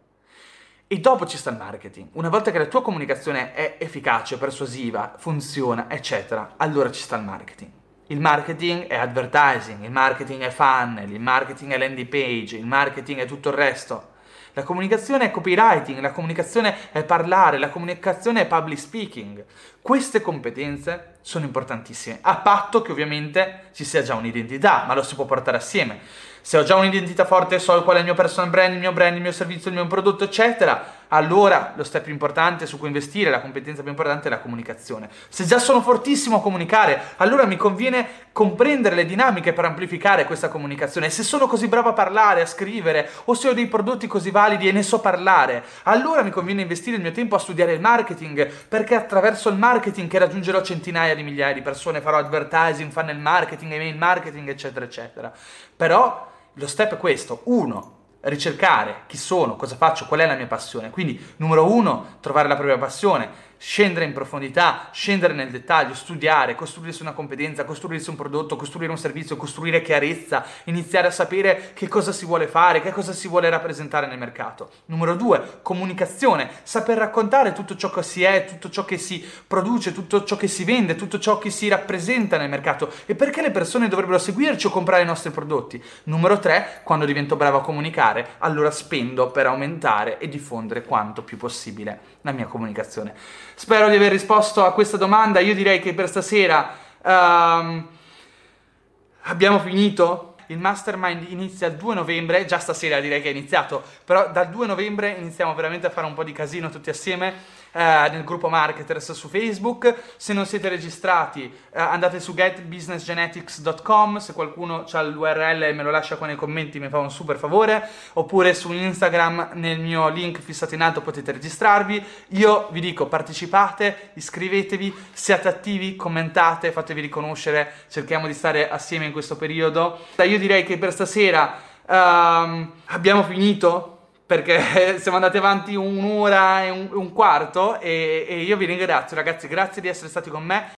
E dopo ci sta il marketing. Una volta che la tua comunicazione è efficace, persuasiva, funziona, eccetera, allora ci sta il marketing. Il marketing è advertising, il marketing è funnel, il marketing è landing page, il marketing è tutto il resto. La comunicazione è copywriting, la comunicazione è parlare, la comunicazione è public speaking. Queste competenze sono importantissime, a patto che ovviamente ci sia già un'identità, ma lo si può portare assieme. Se ho già un'identità forte, so qual è il mio personal brand, il mio brand, il mio servizio, il mio prodotto, eccetera, allora lo step più importante su cui investire, la competenza più importante è la comunicazione. Se già sono fortissimo a comunicare, allora mi conviene comprendere le dinamiche per amplificare questa comunicazione. E se sono così bravo a parlare, a scrivere, o se ho dei prodotti così validi e ne so parlare, allora mi conviene investire il mio tempo a studiare il marketing, perché attraverso il marketing che raggiungerò centinaia di migliaia di persone, farò advertising, funnel marketing, email marketing, eccetera, eccetera. Però lo step è questo: uno, ricercare chi sono, cosa faccio, qual è la mia passione. Quindi, numero uno, trovare la propria passione, scendere in profondità, scendere nel dettaglio, studiare, costruirsi una competenza, costruirsi un prodotto, costruire un servizio, costruire chiarezza, iniziare a sapere che cosa si vuole fare, che cosa si vuole rappresentare nel mercato. Numero due, comunicazione, saper raccontare tutto ciò che si è, tutto ciò che si produce, tutto ciò che si vende, tutto ciò che si rappresenta nel mercato e perché le persone dovrebbero seguirci o comprare i nostri prodotti. Numero tre, quando divento bravo a comunicare, allora spendo per aumentare e diffondere quanto più possibile la mia comunicazione. Spero di aver risposto a questa domanda. Io direi che per stasera um, abbiamo finito. Il mastermind inizia il due novembre, già stasera direi che è iniziato, però dal due novembre iniziamo veramente a fare un po' di casino tutti assieme eh, nel gruppo Marketers su Facebook. Se non siete registrati eh, andate su get business genetics dot com, se qualcuno ha l'U R L me lo lascia qua nei commenti mi fa un super favore, oppure su Instagram nel mio link fissato in alto potete registrarvi. Io vi dico partecipate, iscrivetevi, siate attivi, commentate, fatevi riconoscere, cerchiamo di stare assieme in questo periodo. Io direi che per stasera um, abbiamo finito, perché siamo andati avanti un'ora e un, un quarto e, e io vi ringrazio ragazzi, grazie di essere stati con me.